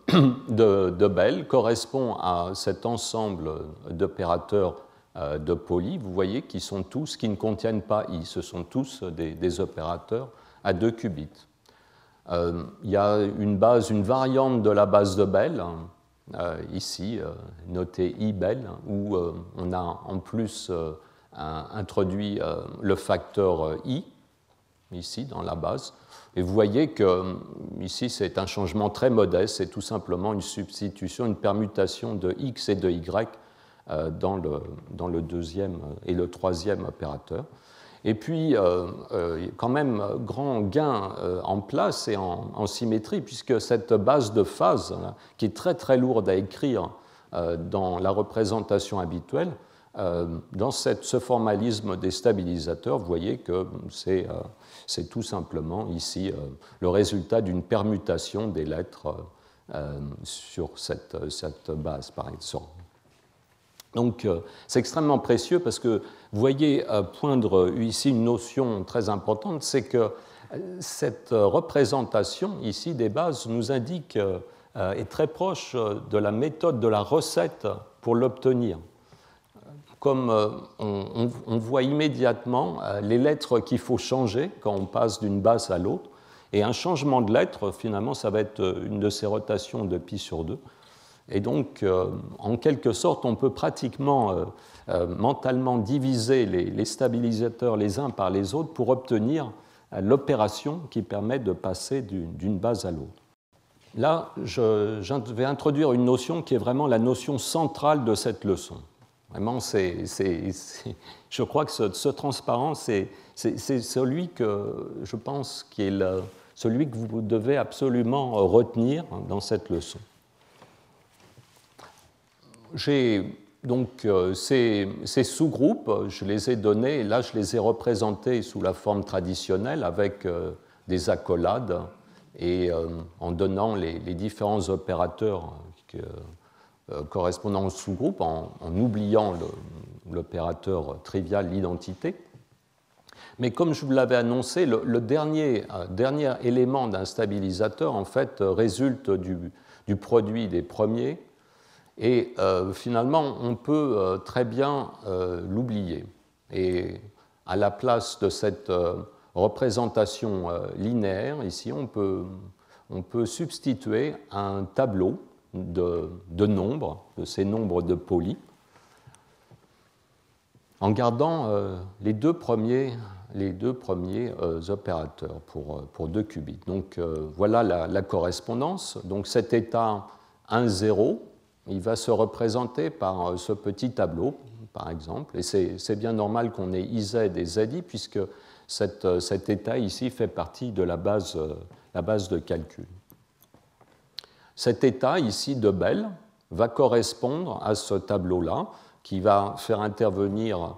de Bell correspond à cet ensemble d'opérateurs de Pauli, vous voyez, qui ne contiennent pas I. Ce sont tous des opérateurs à 2 qubits. Il y a une variante de la base de Bell, ici, notée I-Bell, où on a en plus introduit le facteur I, ici, dans la base. Et vous voyez que ici, c'est un changement très modeste, c'est tout simplement une substitution, une permutation de X et de Y dans le deuxième et le troisième opérateur. Et puis, quand même, grand gain en place et en symétrie, puisque cette base de phase, là, qui est très très lourde à écrire dans la représentation habituelle, dans ce formalisme des stabilisateurs, vous voyez que c'est tout simplement ici le résultat d'une permutation des lettres sur cette base, par exemple. Donc, c'est extrêmement précieux parce que vous voyez poindre ici une notion très importante, c'est que cette représentation ici des bases nous indique, est très proche de la méthode de la recette pour l'obtenir. Comme on voit immédiatement les lettres qu'il faut changer quand on passe d'une base à l'autre, et un changement de lettre, finalement, ça va être une de ces rotations de pi sur 2. Et donc, en quelque sorte, on peut pratiquement mentalement diviser les stabilisateurs les uns par les autres pour obtenir l'opération qui permet de passer d'une base à l'autre. Là, je vais introduire une notion qui est vraiment la notion centrale de cette leçon. Vraiment, je crois que ce transparent, c'est celui que je pense qui est celui que vous devez absolument retenir dans cette leçon. J'ai donc ces sous-groupes, je les ai donnés, et là je les ai représentés sous la forme traditionnelle avec des accolades et en donnant les différents opérateurs correspondant au sous-groupe, en oubliant l'opérateur trivial, l'identité. Mais comme je vous l'avais annoncé, le dernier élément d'un stabilisateur en fait résulte du produit des premiers. Et finalement, on peut très bien l'oublier. Et à la place de cette représentation linéaire, ici, on peut substituer un tableau de nombres, de ces nombres de Pauli, en gardant les deux premiers les deux premiers opérateurs pour 2 qubits. Donc voilà la correspondance. Donc cet état 1, 0, il va se représenter par ce petit tableau, par exemple. Et c'est bien normal qu'on ait IZ et ZI, puisque cet état ici fait partie de la base de calcul. Cet état ici de Bell va correspondre à ce tableau-là, qui va faire intervenir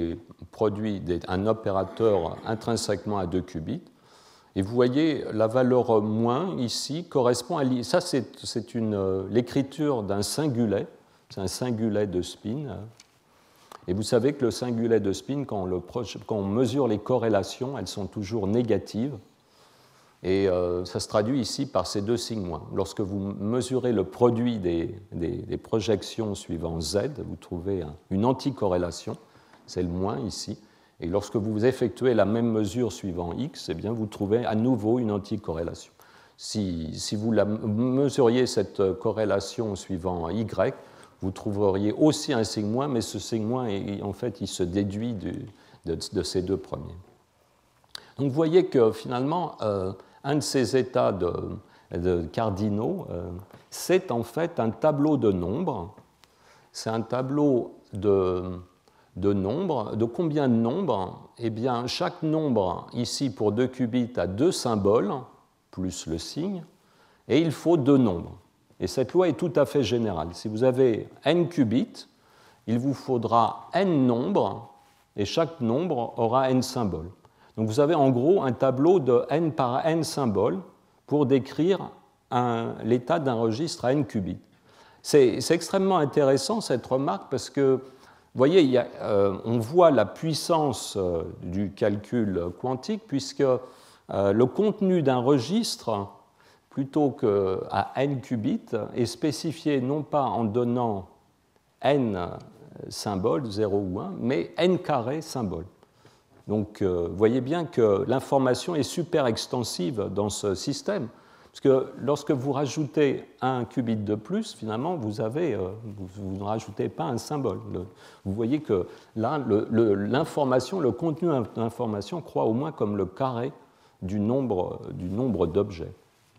un opérateur intrinsèquement à 2 qubits. Et vous voyez, la valeur moins ici correspond à... Ça, c'est l'écriture d'un singulet. C'est un singulet de spin. Et vous savez que le singulet de spin, quand on mesure les corrélations, elles sont toujours négatives. Et ça se traduit ici par ces 2 signes moins. Lorsque vous mesurez le produit des projections suivant Z, vous trouvez une anticorrélation. C'est le moins ici. Et lorsque vous effectuez la même mesure suivant X, eh bien, vous trouvez à nouveau une anticorrélation. Si vous mesuriez cette corrélation suivant Y, vous trouveriez aussi un signe moins, mais ce signe moins, en fait, il se déduit de ces 2 premiers. Donc vous voyez que finalement, un de ces états de cardinaux, c'est en fait un tableau de nombres. C'est un tableau de nombres. De combien de nombres? Eh bien, chaque nombre, ici, pour 2 qubits, a 2 symboles, plus le signe, et il faut 2 nombres. Et cette loi est tout à fait générale. Si vous avez n qubits, il vous faudra n nombres, et chaque nombre aura n symboles. Donc vous avez en gros un tableau de n par n symboles pour décrire l'état d'un registre à n qubits. C'est extrêmement intéressant cette remarque parce que vous voyez, on voit la puissance du calcul quantique puisque le contenu d'un registre, plutôt qu'à n qubits, est spécifié non pas en donnant n symboles, 0 ou 1, mais n carré symboles. Donc vous voyez bien que l'information est super extensive dans ce système. Parce que lorsque vous rajoutez un qubit de plus, finalement, vous ne rajoutez pas un symbole. Vous voyez que là, l'information, le contenu de l'information croît au moins comme le carré du nombre d'objets.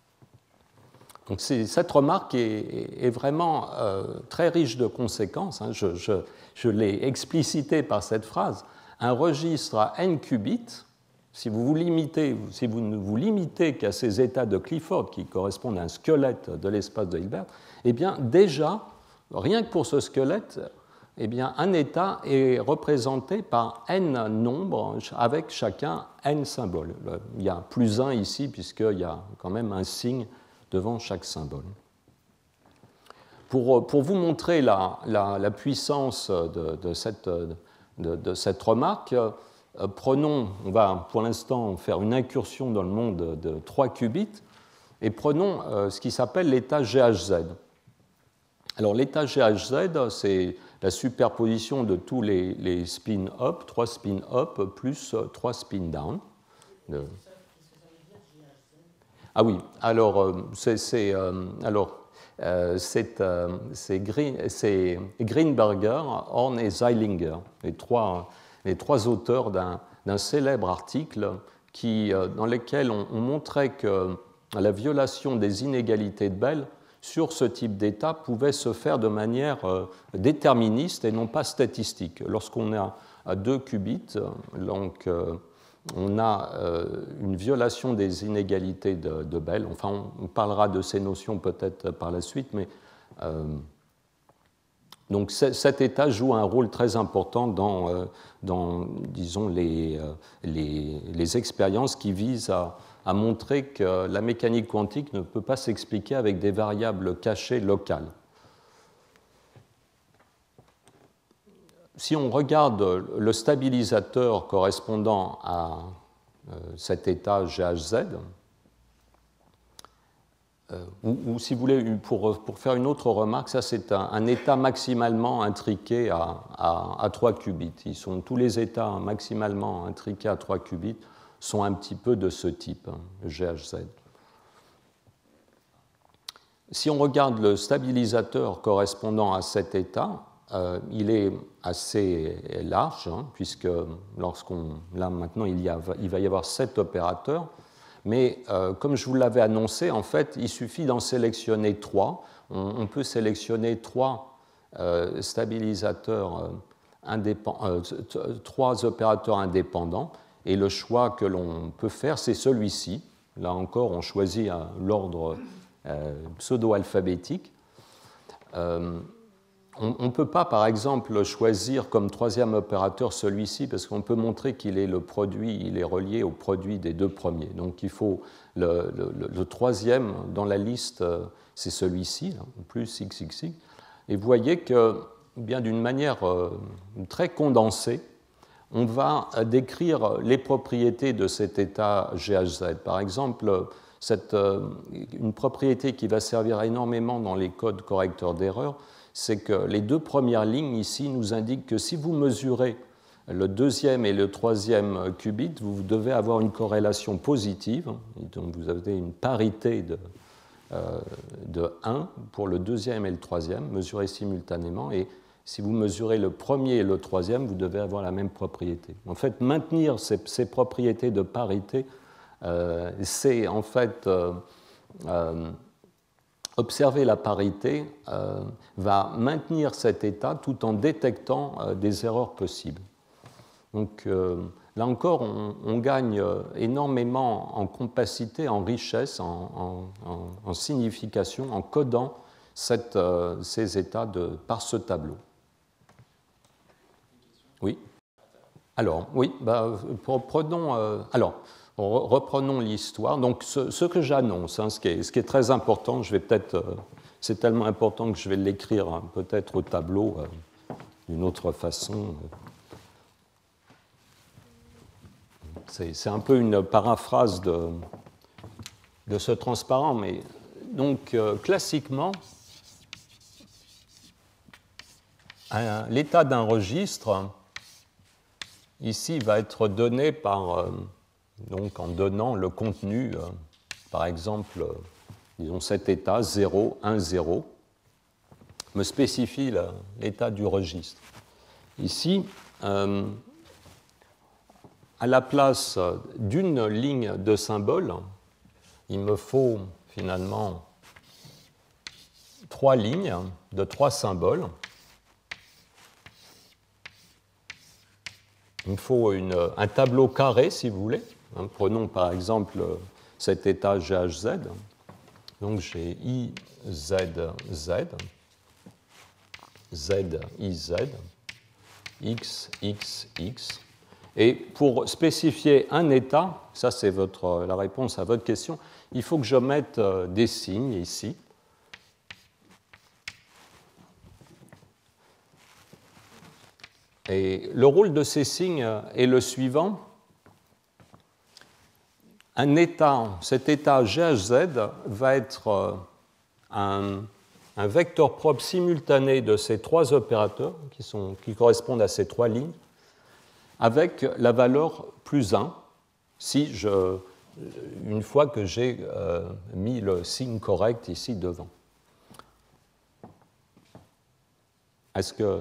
Donc cette remarque est vraiment très riche de conséquences. Hein. Je l'ai explicité par cette phrase. Un registre à n qubits, si vous ne vous limitez qu'à ces états de Clifford qui correspondent à un squelette de l'espace de Hilbert, eh bien déjà, rien que pour ce squelette, eh bien, un état est représenté par n nombres avec chacun n symboles. Il y a plus 1 ici puisqu'il y a quand même un signe devant chaque symbole. Pour vous montrer la puissance de cette remarque, on va pour l'instant faire une incursion dans le monde de 3 qubits et prenons ce qui s'appelle l'état GHZ. Alors l'état GHZ, c'est la superposition de tous les spin-up, 3 spin-up plus 3 spin-down. Ah oui, alors c'est Greenberger, Horn et Zeilinger, les trois auteurs d'un célèbre article dans lequel on montrait que la violation des inégalités de Bell sur ce type d'état pouvait se faire de manière déterministe et non pas statistique. Lorsqu'on est à 2 qubits, donc, on a une violation des inégalités de Bell. Enfin, on parlera de ces notions peut-être par la suite, mais donc cet état joue un rôle très important dans disons, les expériences qui visent à montrer que la mécanique quantique ne peut pas s'expliquer avec des variables cachées locales. Si on regarde le stabilisateur correspondant à cet état GHZ, ou si vous voulez, pour faire une autre remarque, ça c'est un état maximalement intriqué à 3 qubits. Tous les états maximalement intriqués à 3 qubits sont un petit peu de ce type, GHZ. Si on regarde le stabilisateur correspondant à cet état, il est assez large, hein, puisque là maintenant il va y avoir 7 opérateurs, mais comme je vous l'avais annoncé, en fait, il suffit d'en sélectionner 3. On peut sélectionner 3 stabilisateurs trois opérateurs indépendants, et le choix que l'on peut faire, c'est celui-ci. Là encore, on choisit l'ordre pseudo-alphabétique. On ne peut pas, par exemple, choisir comme troisième opérateur celui-ci, parce qu'on peut montrer qu'il est le produit, il est relié au produit des 2 premiers. Donc il faut le troisième dans la liste, c'est celui-ci, plus XXX. Et vous voyez que, bien d'une manière très condensée, on va décrire les propriétés de cet état GHZ. Par exemple, une propriété qui va servir énormément dans les codes correcteurs d'erreur, c'est que les 2 premières lignes ici nous indiquent que si vous mesurez le 2e et le 3e qubit, vous devez avoir une corrélation positive. Donc vous avez une parité de 1 pour le 2e et le 3e, mesurés simultanément. Et si vous mesurez le 1er et le 3e, vous devez avoir la même propriété. En fait, maintenir ces propriétés de parité, c'est en fait observer la parité va maintenir cet état tout en détectant des erreurs possibles. Donc là encore, on gagne énormément en compacité, en richesse, en signification, en codant ces états par ce tableau. Oui. Alors, oui, reprenons l'histoire. Donc, ce que j'annonce, hein, ce qui est très important, c'est tellement important que je vais l'écrire hein, peut-être au tableau d'une autre façon. C'est un peu une paraphrase de ce transparent, mais donc classiquement, l'état d'un registre ici va être donné donc en donnant le contenu, par exemple, disons cet état 0, 1, 0, me spécifie l'état du registre. Ici, à la place d'une ligne de symboles, il me faut finalement 3 lignes de 3 symboles. Il me faut un tableau carré, si vous voulez. Prenons par exemple cet état GHZ. Donc j'ai IZZ, ZIZ, XXX. Et pour spécifier un état, ça c'est la réponse à votre question, il faut que je mette des signes ici. Et le rôle de ces signes est le suivant. Cet état GHZ va être un vecteur propre simultané de ces 3 opérateurs qui correspondent à ces 3 lignes, avec la valeur plus 1, une fois que j'ai mis le signe correct ici devant. Est-ce que...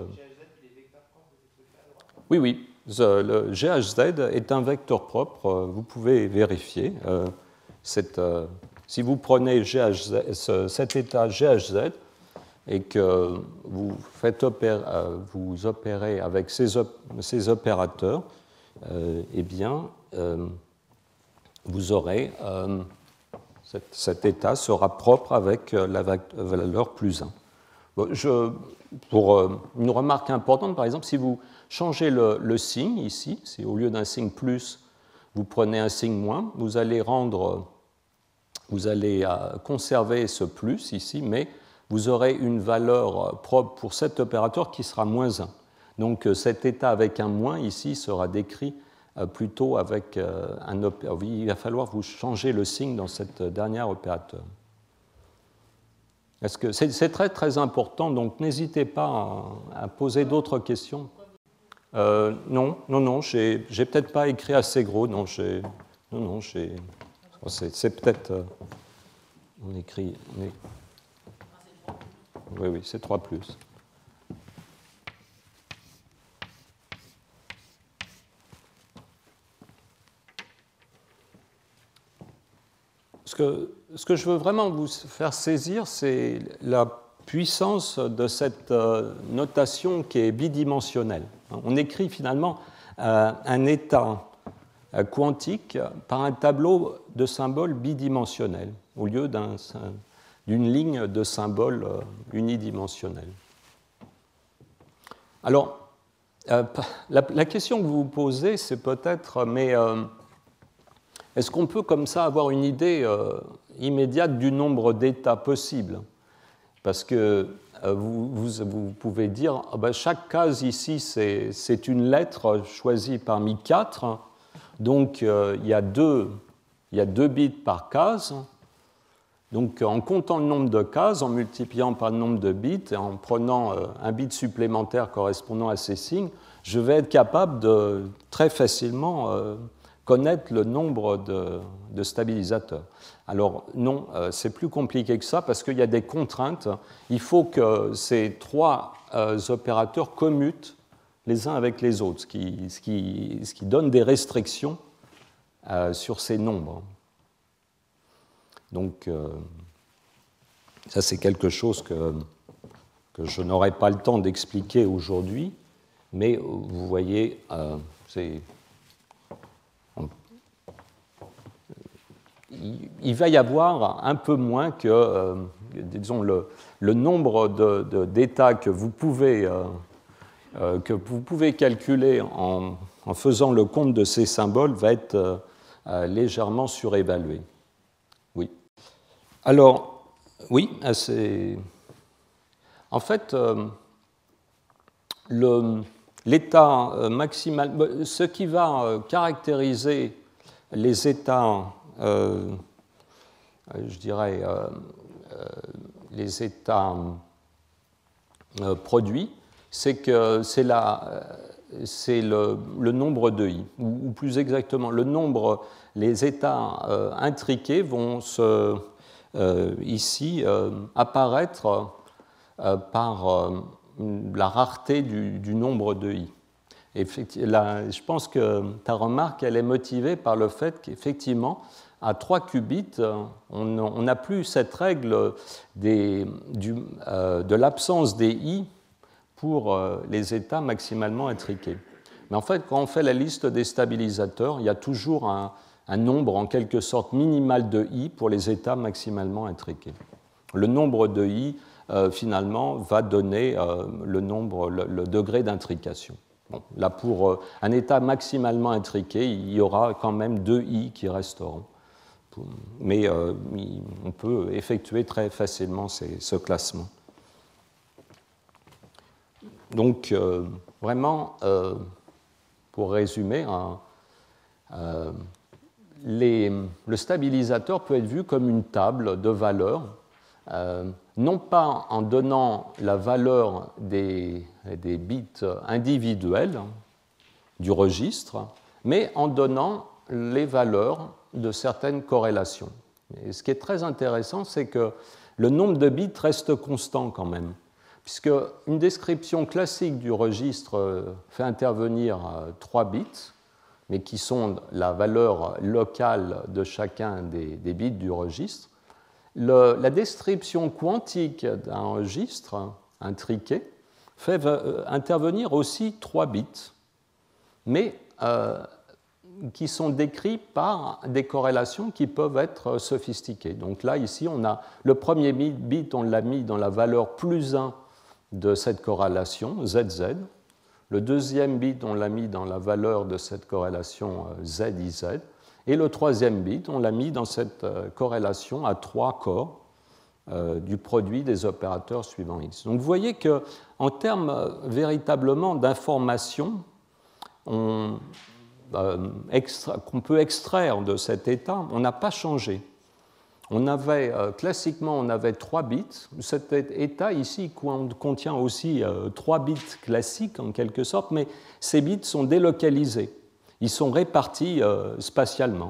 Oui, oui, le GHZ est un vecteur propre, vous pouvez vérifier. Si vous prenez cet état GHZ et que vous opérez avec ces opérateurs, eh bien, vous aurez cet état sera propre avec la valeur plus 1. Bon, pour une remarque importante, par exemple, si vous changez le signe ici, si au lieu d'un signe plus, vous prenez un signe moins, vous allez conserver ce plus ici, mais vous aurez une valeur propre pour cet opérateur qui sera moins 1. Donc cet état avec un moins ici sera décrit plutôt avec un opérateur. Il va falloir vous changer le signe dans cette dernière opérateur. C'est très très important, donc n'hésitez pas à poser d'autres questions. Non, j'ai peut-être pas écrit assez gros. C'est peut-être. On écrit. Oui, c'est 3+. ce que je veux vraiment vous faire saisir, c'est la puissance de cette notation qui est bidimensionnelle. On écrit finalement un état quantique par un tableau de symboles bidimensionnels au lieu d'une ligne de symboles unidimensionnels. Alors, la question que vous vous posez, c'est peut-être, mais est-ce qu'on peut comme ça avoir une idée immédiate du nombre d'états possibles? Parce que vous pouvez dire, chaque case ici, c'est une lettre choisie parmi 4, donc il y a 2 bits par case. Donc en comptant le nombre de cases, en multipliant par le nombre de bits et en prenant un bit supplémentaire correspondant à ces signes, je vais être capable de très facilement connaître le nombre de stabilisateurs. Alors non, c'est plus compliqué que ça parce qu'il y a des contraintes. Il faut que ces 3 opérateurs commutent les uns avec les autres, ce qui donne des restrictions sur ces nombres. Donc ça c'est quelque chose que je n'aurai pas le temps d'expliquer aujourd'hui, mais vous voyez, il va y avoir un peu moins que, disons, le nombre d'états que vous pouvez calculer en faisant le compte de ces symboles va être légèrement surévalué. Oui. Alors, oui, en fait, l'état maximal, ce qui va caractériser les états, je dirais, les états produits, c'est que c'est le nombre de i, ou plus exactement, les états intriqués vont ici apparaître par la rareté du nombre de i. Et là, je pense que ta remarque, elle est motivée par le fait qu'effectivement, à 3 qubits, on n'a plus cette règle de l'absence des i pour les états maximalement intriqués. Mais en fait, quand on fait la liste des stabilisateurs, il y a toujours un nombre en quelque sorte minimal de i pour les états maximalement intriqués. Le nombre de i, finalement, va donner le degré d'intrication. Bon, là, pour un état maximalement intriqué, il y aura quand même 2 i qui resteront. Mais on peut effectuer très facilement ce classement. Donc, vraiment, pour résumer, le stabilisateur peut être vu comme une table de valeurs, non pas en donnant la valeur des bits individuels du registre, mais en donnant les valeurs de certaines corrélations. Et ce qui est très intéressant, c'est que le nombre de bits reste constant quand même, puisque une description classique du registre fait intervenir 3 bits, mais qui sont la valeur locale de chacun des bits du registre. La description quantique d'un registre intriqué fait intervenir aussi 3 bits, mais qui sont décrits par des corrélations qui peuvent être sophistiquées. Donc là, ici, on a le premier bit, on l'a mis dans la valeur plus 1 de cette corrélation, ZZ. Le deuxième bit, on l'a mis dans la valeur de cette corrélation ZIZ. Et le troisième bit, on l'a mis dans cette corrélation à 3 corps du produit des opérateurs suivant X. Donc vous voyez qu'en termes véritablement d'informations qu'on peut extraire de cet état, on n'a pas changé. Classiquement, on avait 3 bits. Cet état ici contient aussi 3 bits classiques en quelque sorte, mais ces bits sont délocalisés. Ils sont répartis spatialement.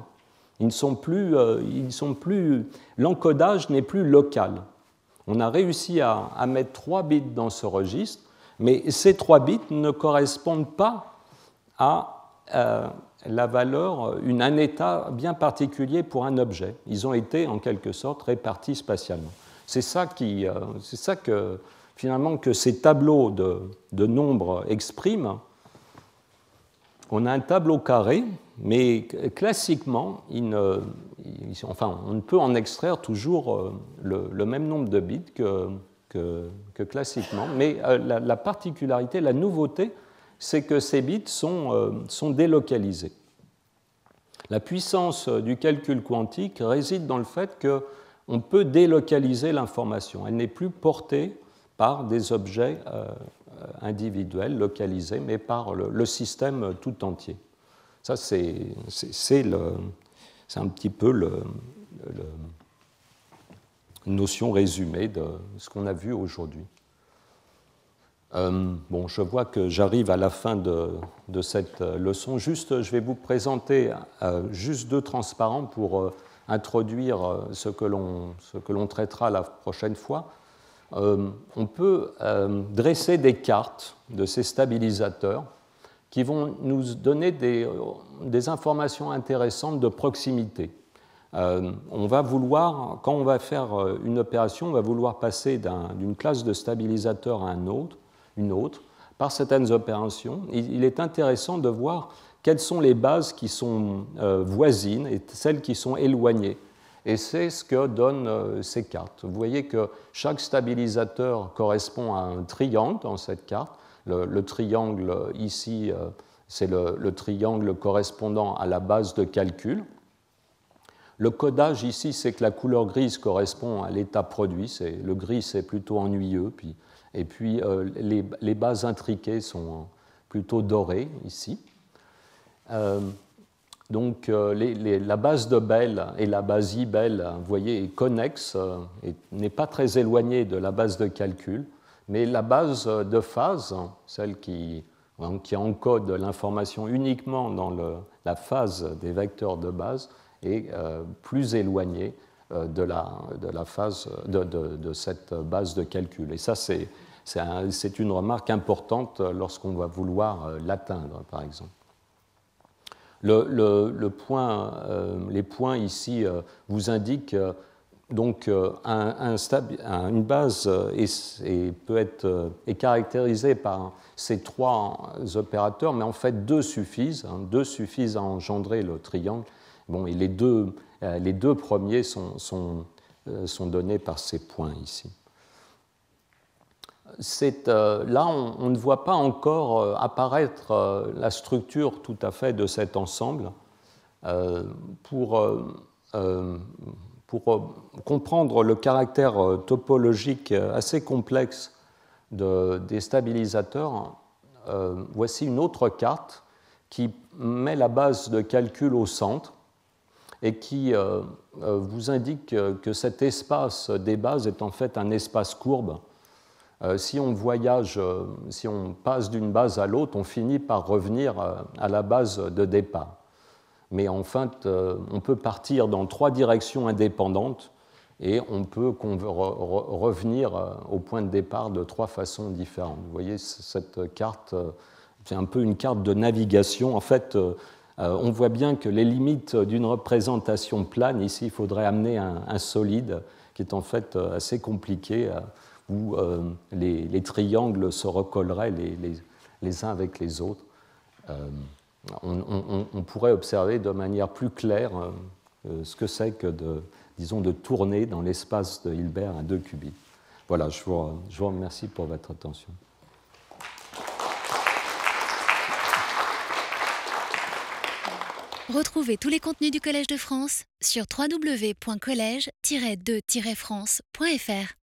L'encodage n'est plus local. On a réussi à mettre 3 bits dans ce registre, mais ces 3 bits ne correspondent pas à la valeur, un état bien particulier pour un objet. Ils ont été en quelque sorte répartis spatialement. C'est ça que finalement que ces tableaux de nombres expriment. On a un tableau carré, mais classiquement, on ne peut en extraire toujours le même nombre de bits que classiquement. Mais la particularité, la nouveauté, c'est que ces bits sont délocalisés. La puissance du calcul quantique réside dans le fait qu'on peut délocaliser l'information. Elle n'est plus portée par des objets individuels, localisés, mais par le système tout entier. Ça, c'est un petit peu une notion résumée de ce qu'on a vu aujourd'hui. Bon, je vois que j'arrive à la fin de cette leçon. Juste, je vais vous présenter juste 2 transparents pour introduire ce que l'on traitera la prochaine fois. On peut dresser des cartes de ces stabilisateurs qui vont nous donner des informations intéressantes de proximité. On va vouloir, quand on va faire une opération, on va vouloir passer d'une classe de stabilisateur à une autre, par certaines opérations. Il est intéressant de voir quelles sont les bases qui sont voisines et celles qui sont éloignées. Et c'est ce que donnent ces cartes. Vous voyez que chaque stabilisateur correspond à un triangle dans cette carte. Le triangle ici, c'est le triangle correspondant à la base de calcul. Le codage ici, c'est que la couleur grise correspond à l'état produit. Le gris, c'est plutôt ennuyeux. Et puis les bases intriquées sont plutôt dorées ici. Donc la base de Bell et la base I-Bell, vous voyez, est connexe, et n'est pas très éloignée de la base de calcul, mais la base de phase, celle qui encode l'information uniquement dans la phase des vecteurs de base, est plus éloignée de cette base de calcul. Et ça, c'est une remarque importante lorsqu'on va vouloir l'atteindre, par exemple. Les points ici vous indiquent donc une base est caractérisée par ces 3 opérateurs, mais en fait 2 suffisent. 2 suffisent à engendrer le triangle. Bon, et les deux premiers sont donnés par ces points ici. Là, on ne voit pas encore apparaître la structure tout à fait de cet ensemble. Pour comprendre le caractère topologique assez complexe des stabilisateurs, voici une autre carte qui met la base de calcul au centre et qui vous indique que cet espace des bases est en fait un espace courbe. Si on passe d'une base à l'autre, on finit par revenir à la base de départ. Mais en fait, on peut partir dans 3 directions indépendantes et on peut revenir au point de départ de 3 façons différentes. Vous voyez, cette carte, c'est un peu une carte de navigation. En fait, on voit bien que les limites d'une représentation plane, ici, il faudrait amener un solide qui est en fait assez compliqué, où les triangles se recolleraient les uns avec les autres. On pourrait observer de manière plus claire ce que c'est que de tourner dans l'espace de Hilbert à 2 qubits. Voilà, je vous remercie pour votre attention. Retrouvez tous les contenus du Collège de France sur www.collège-2-france.fr.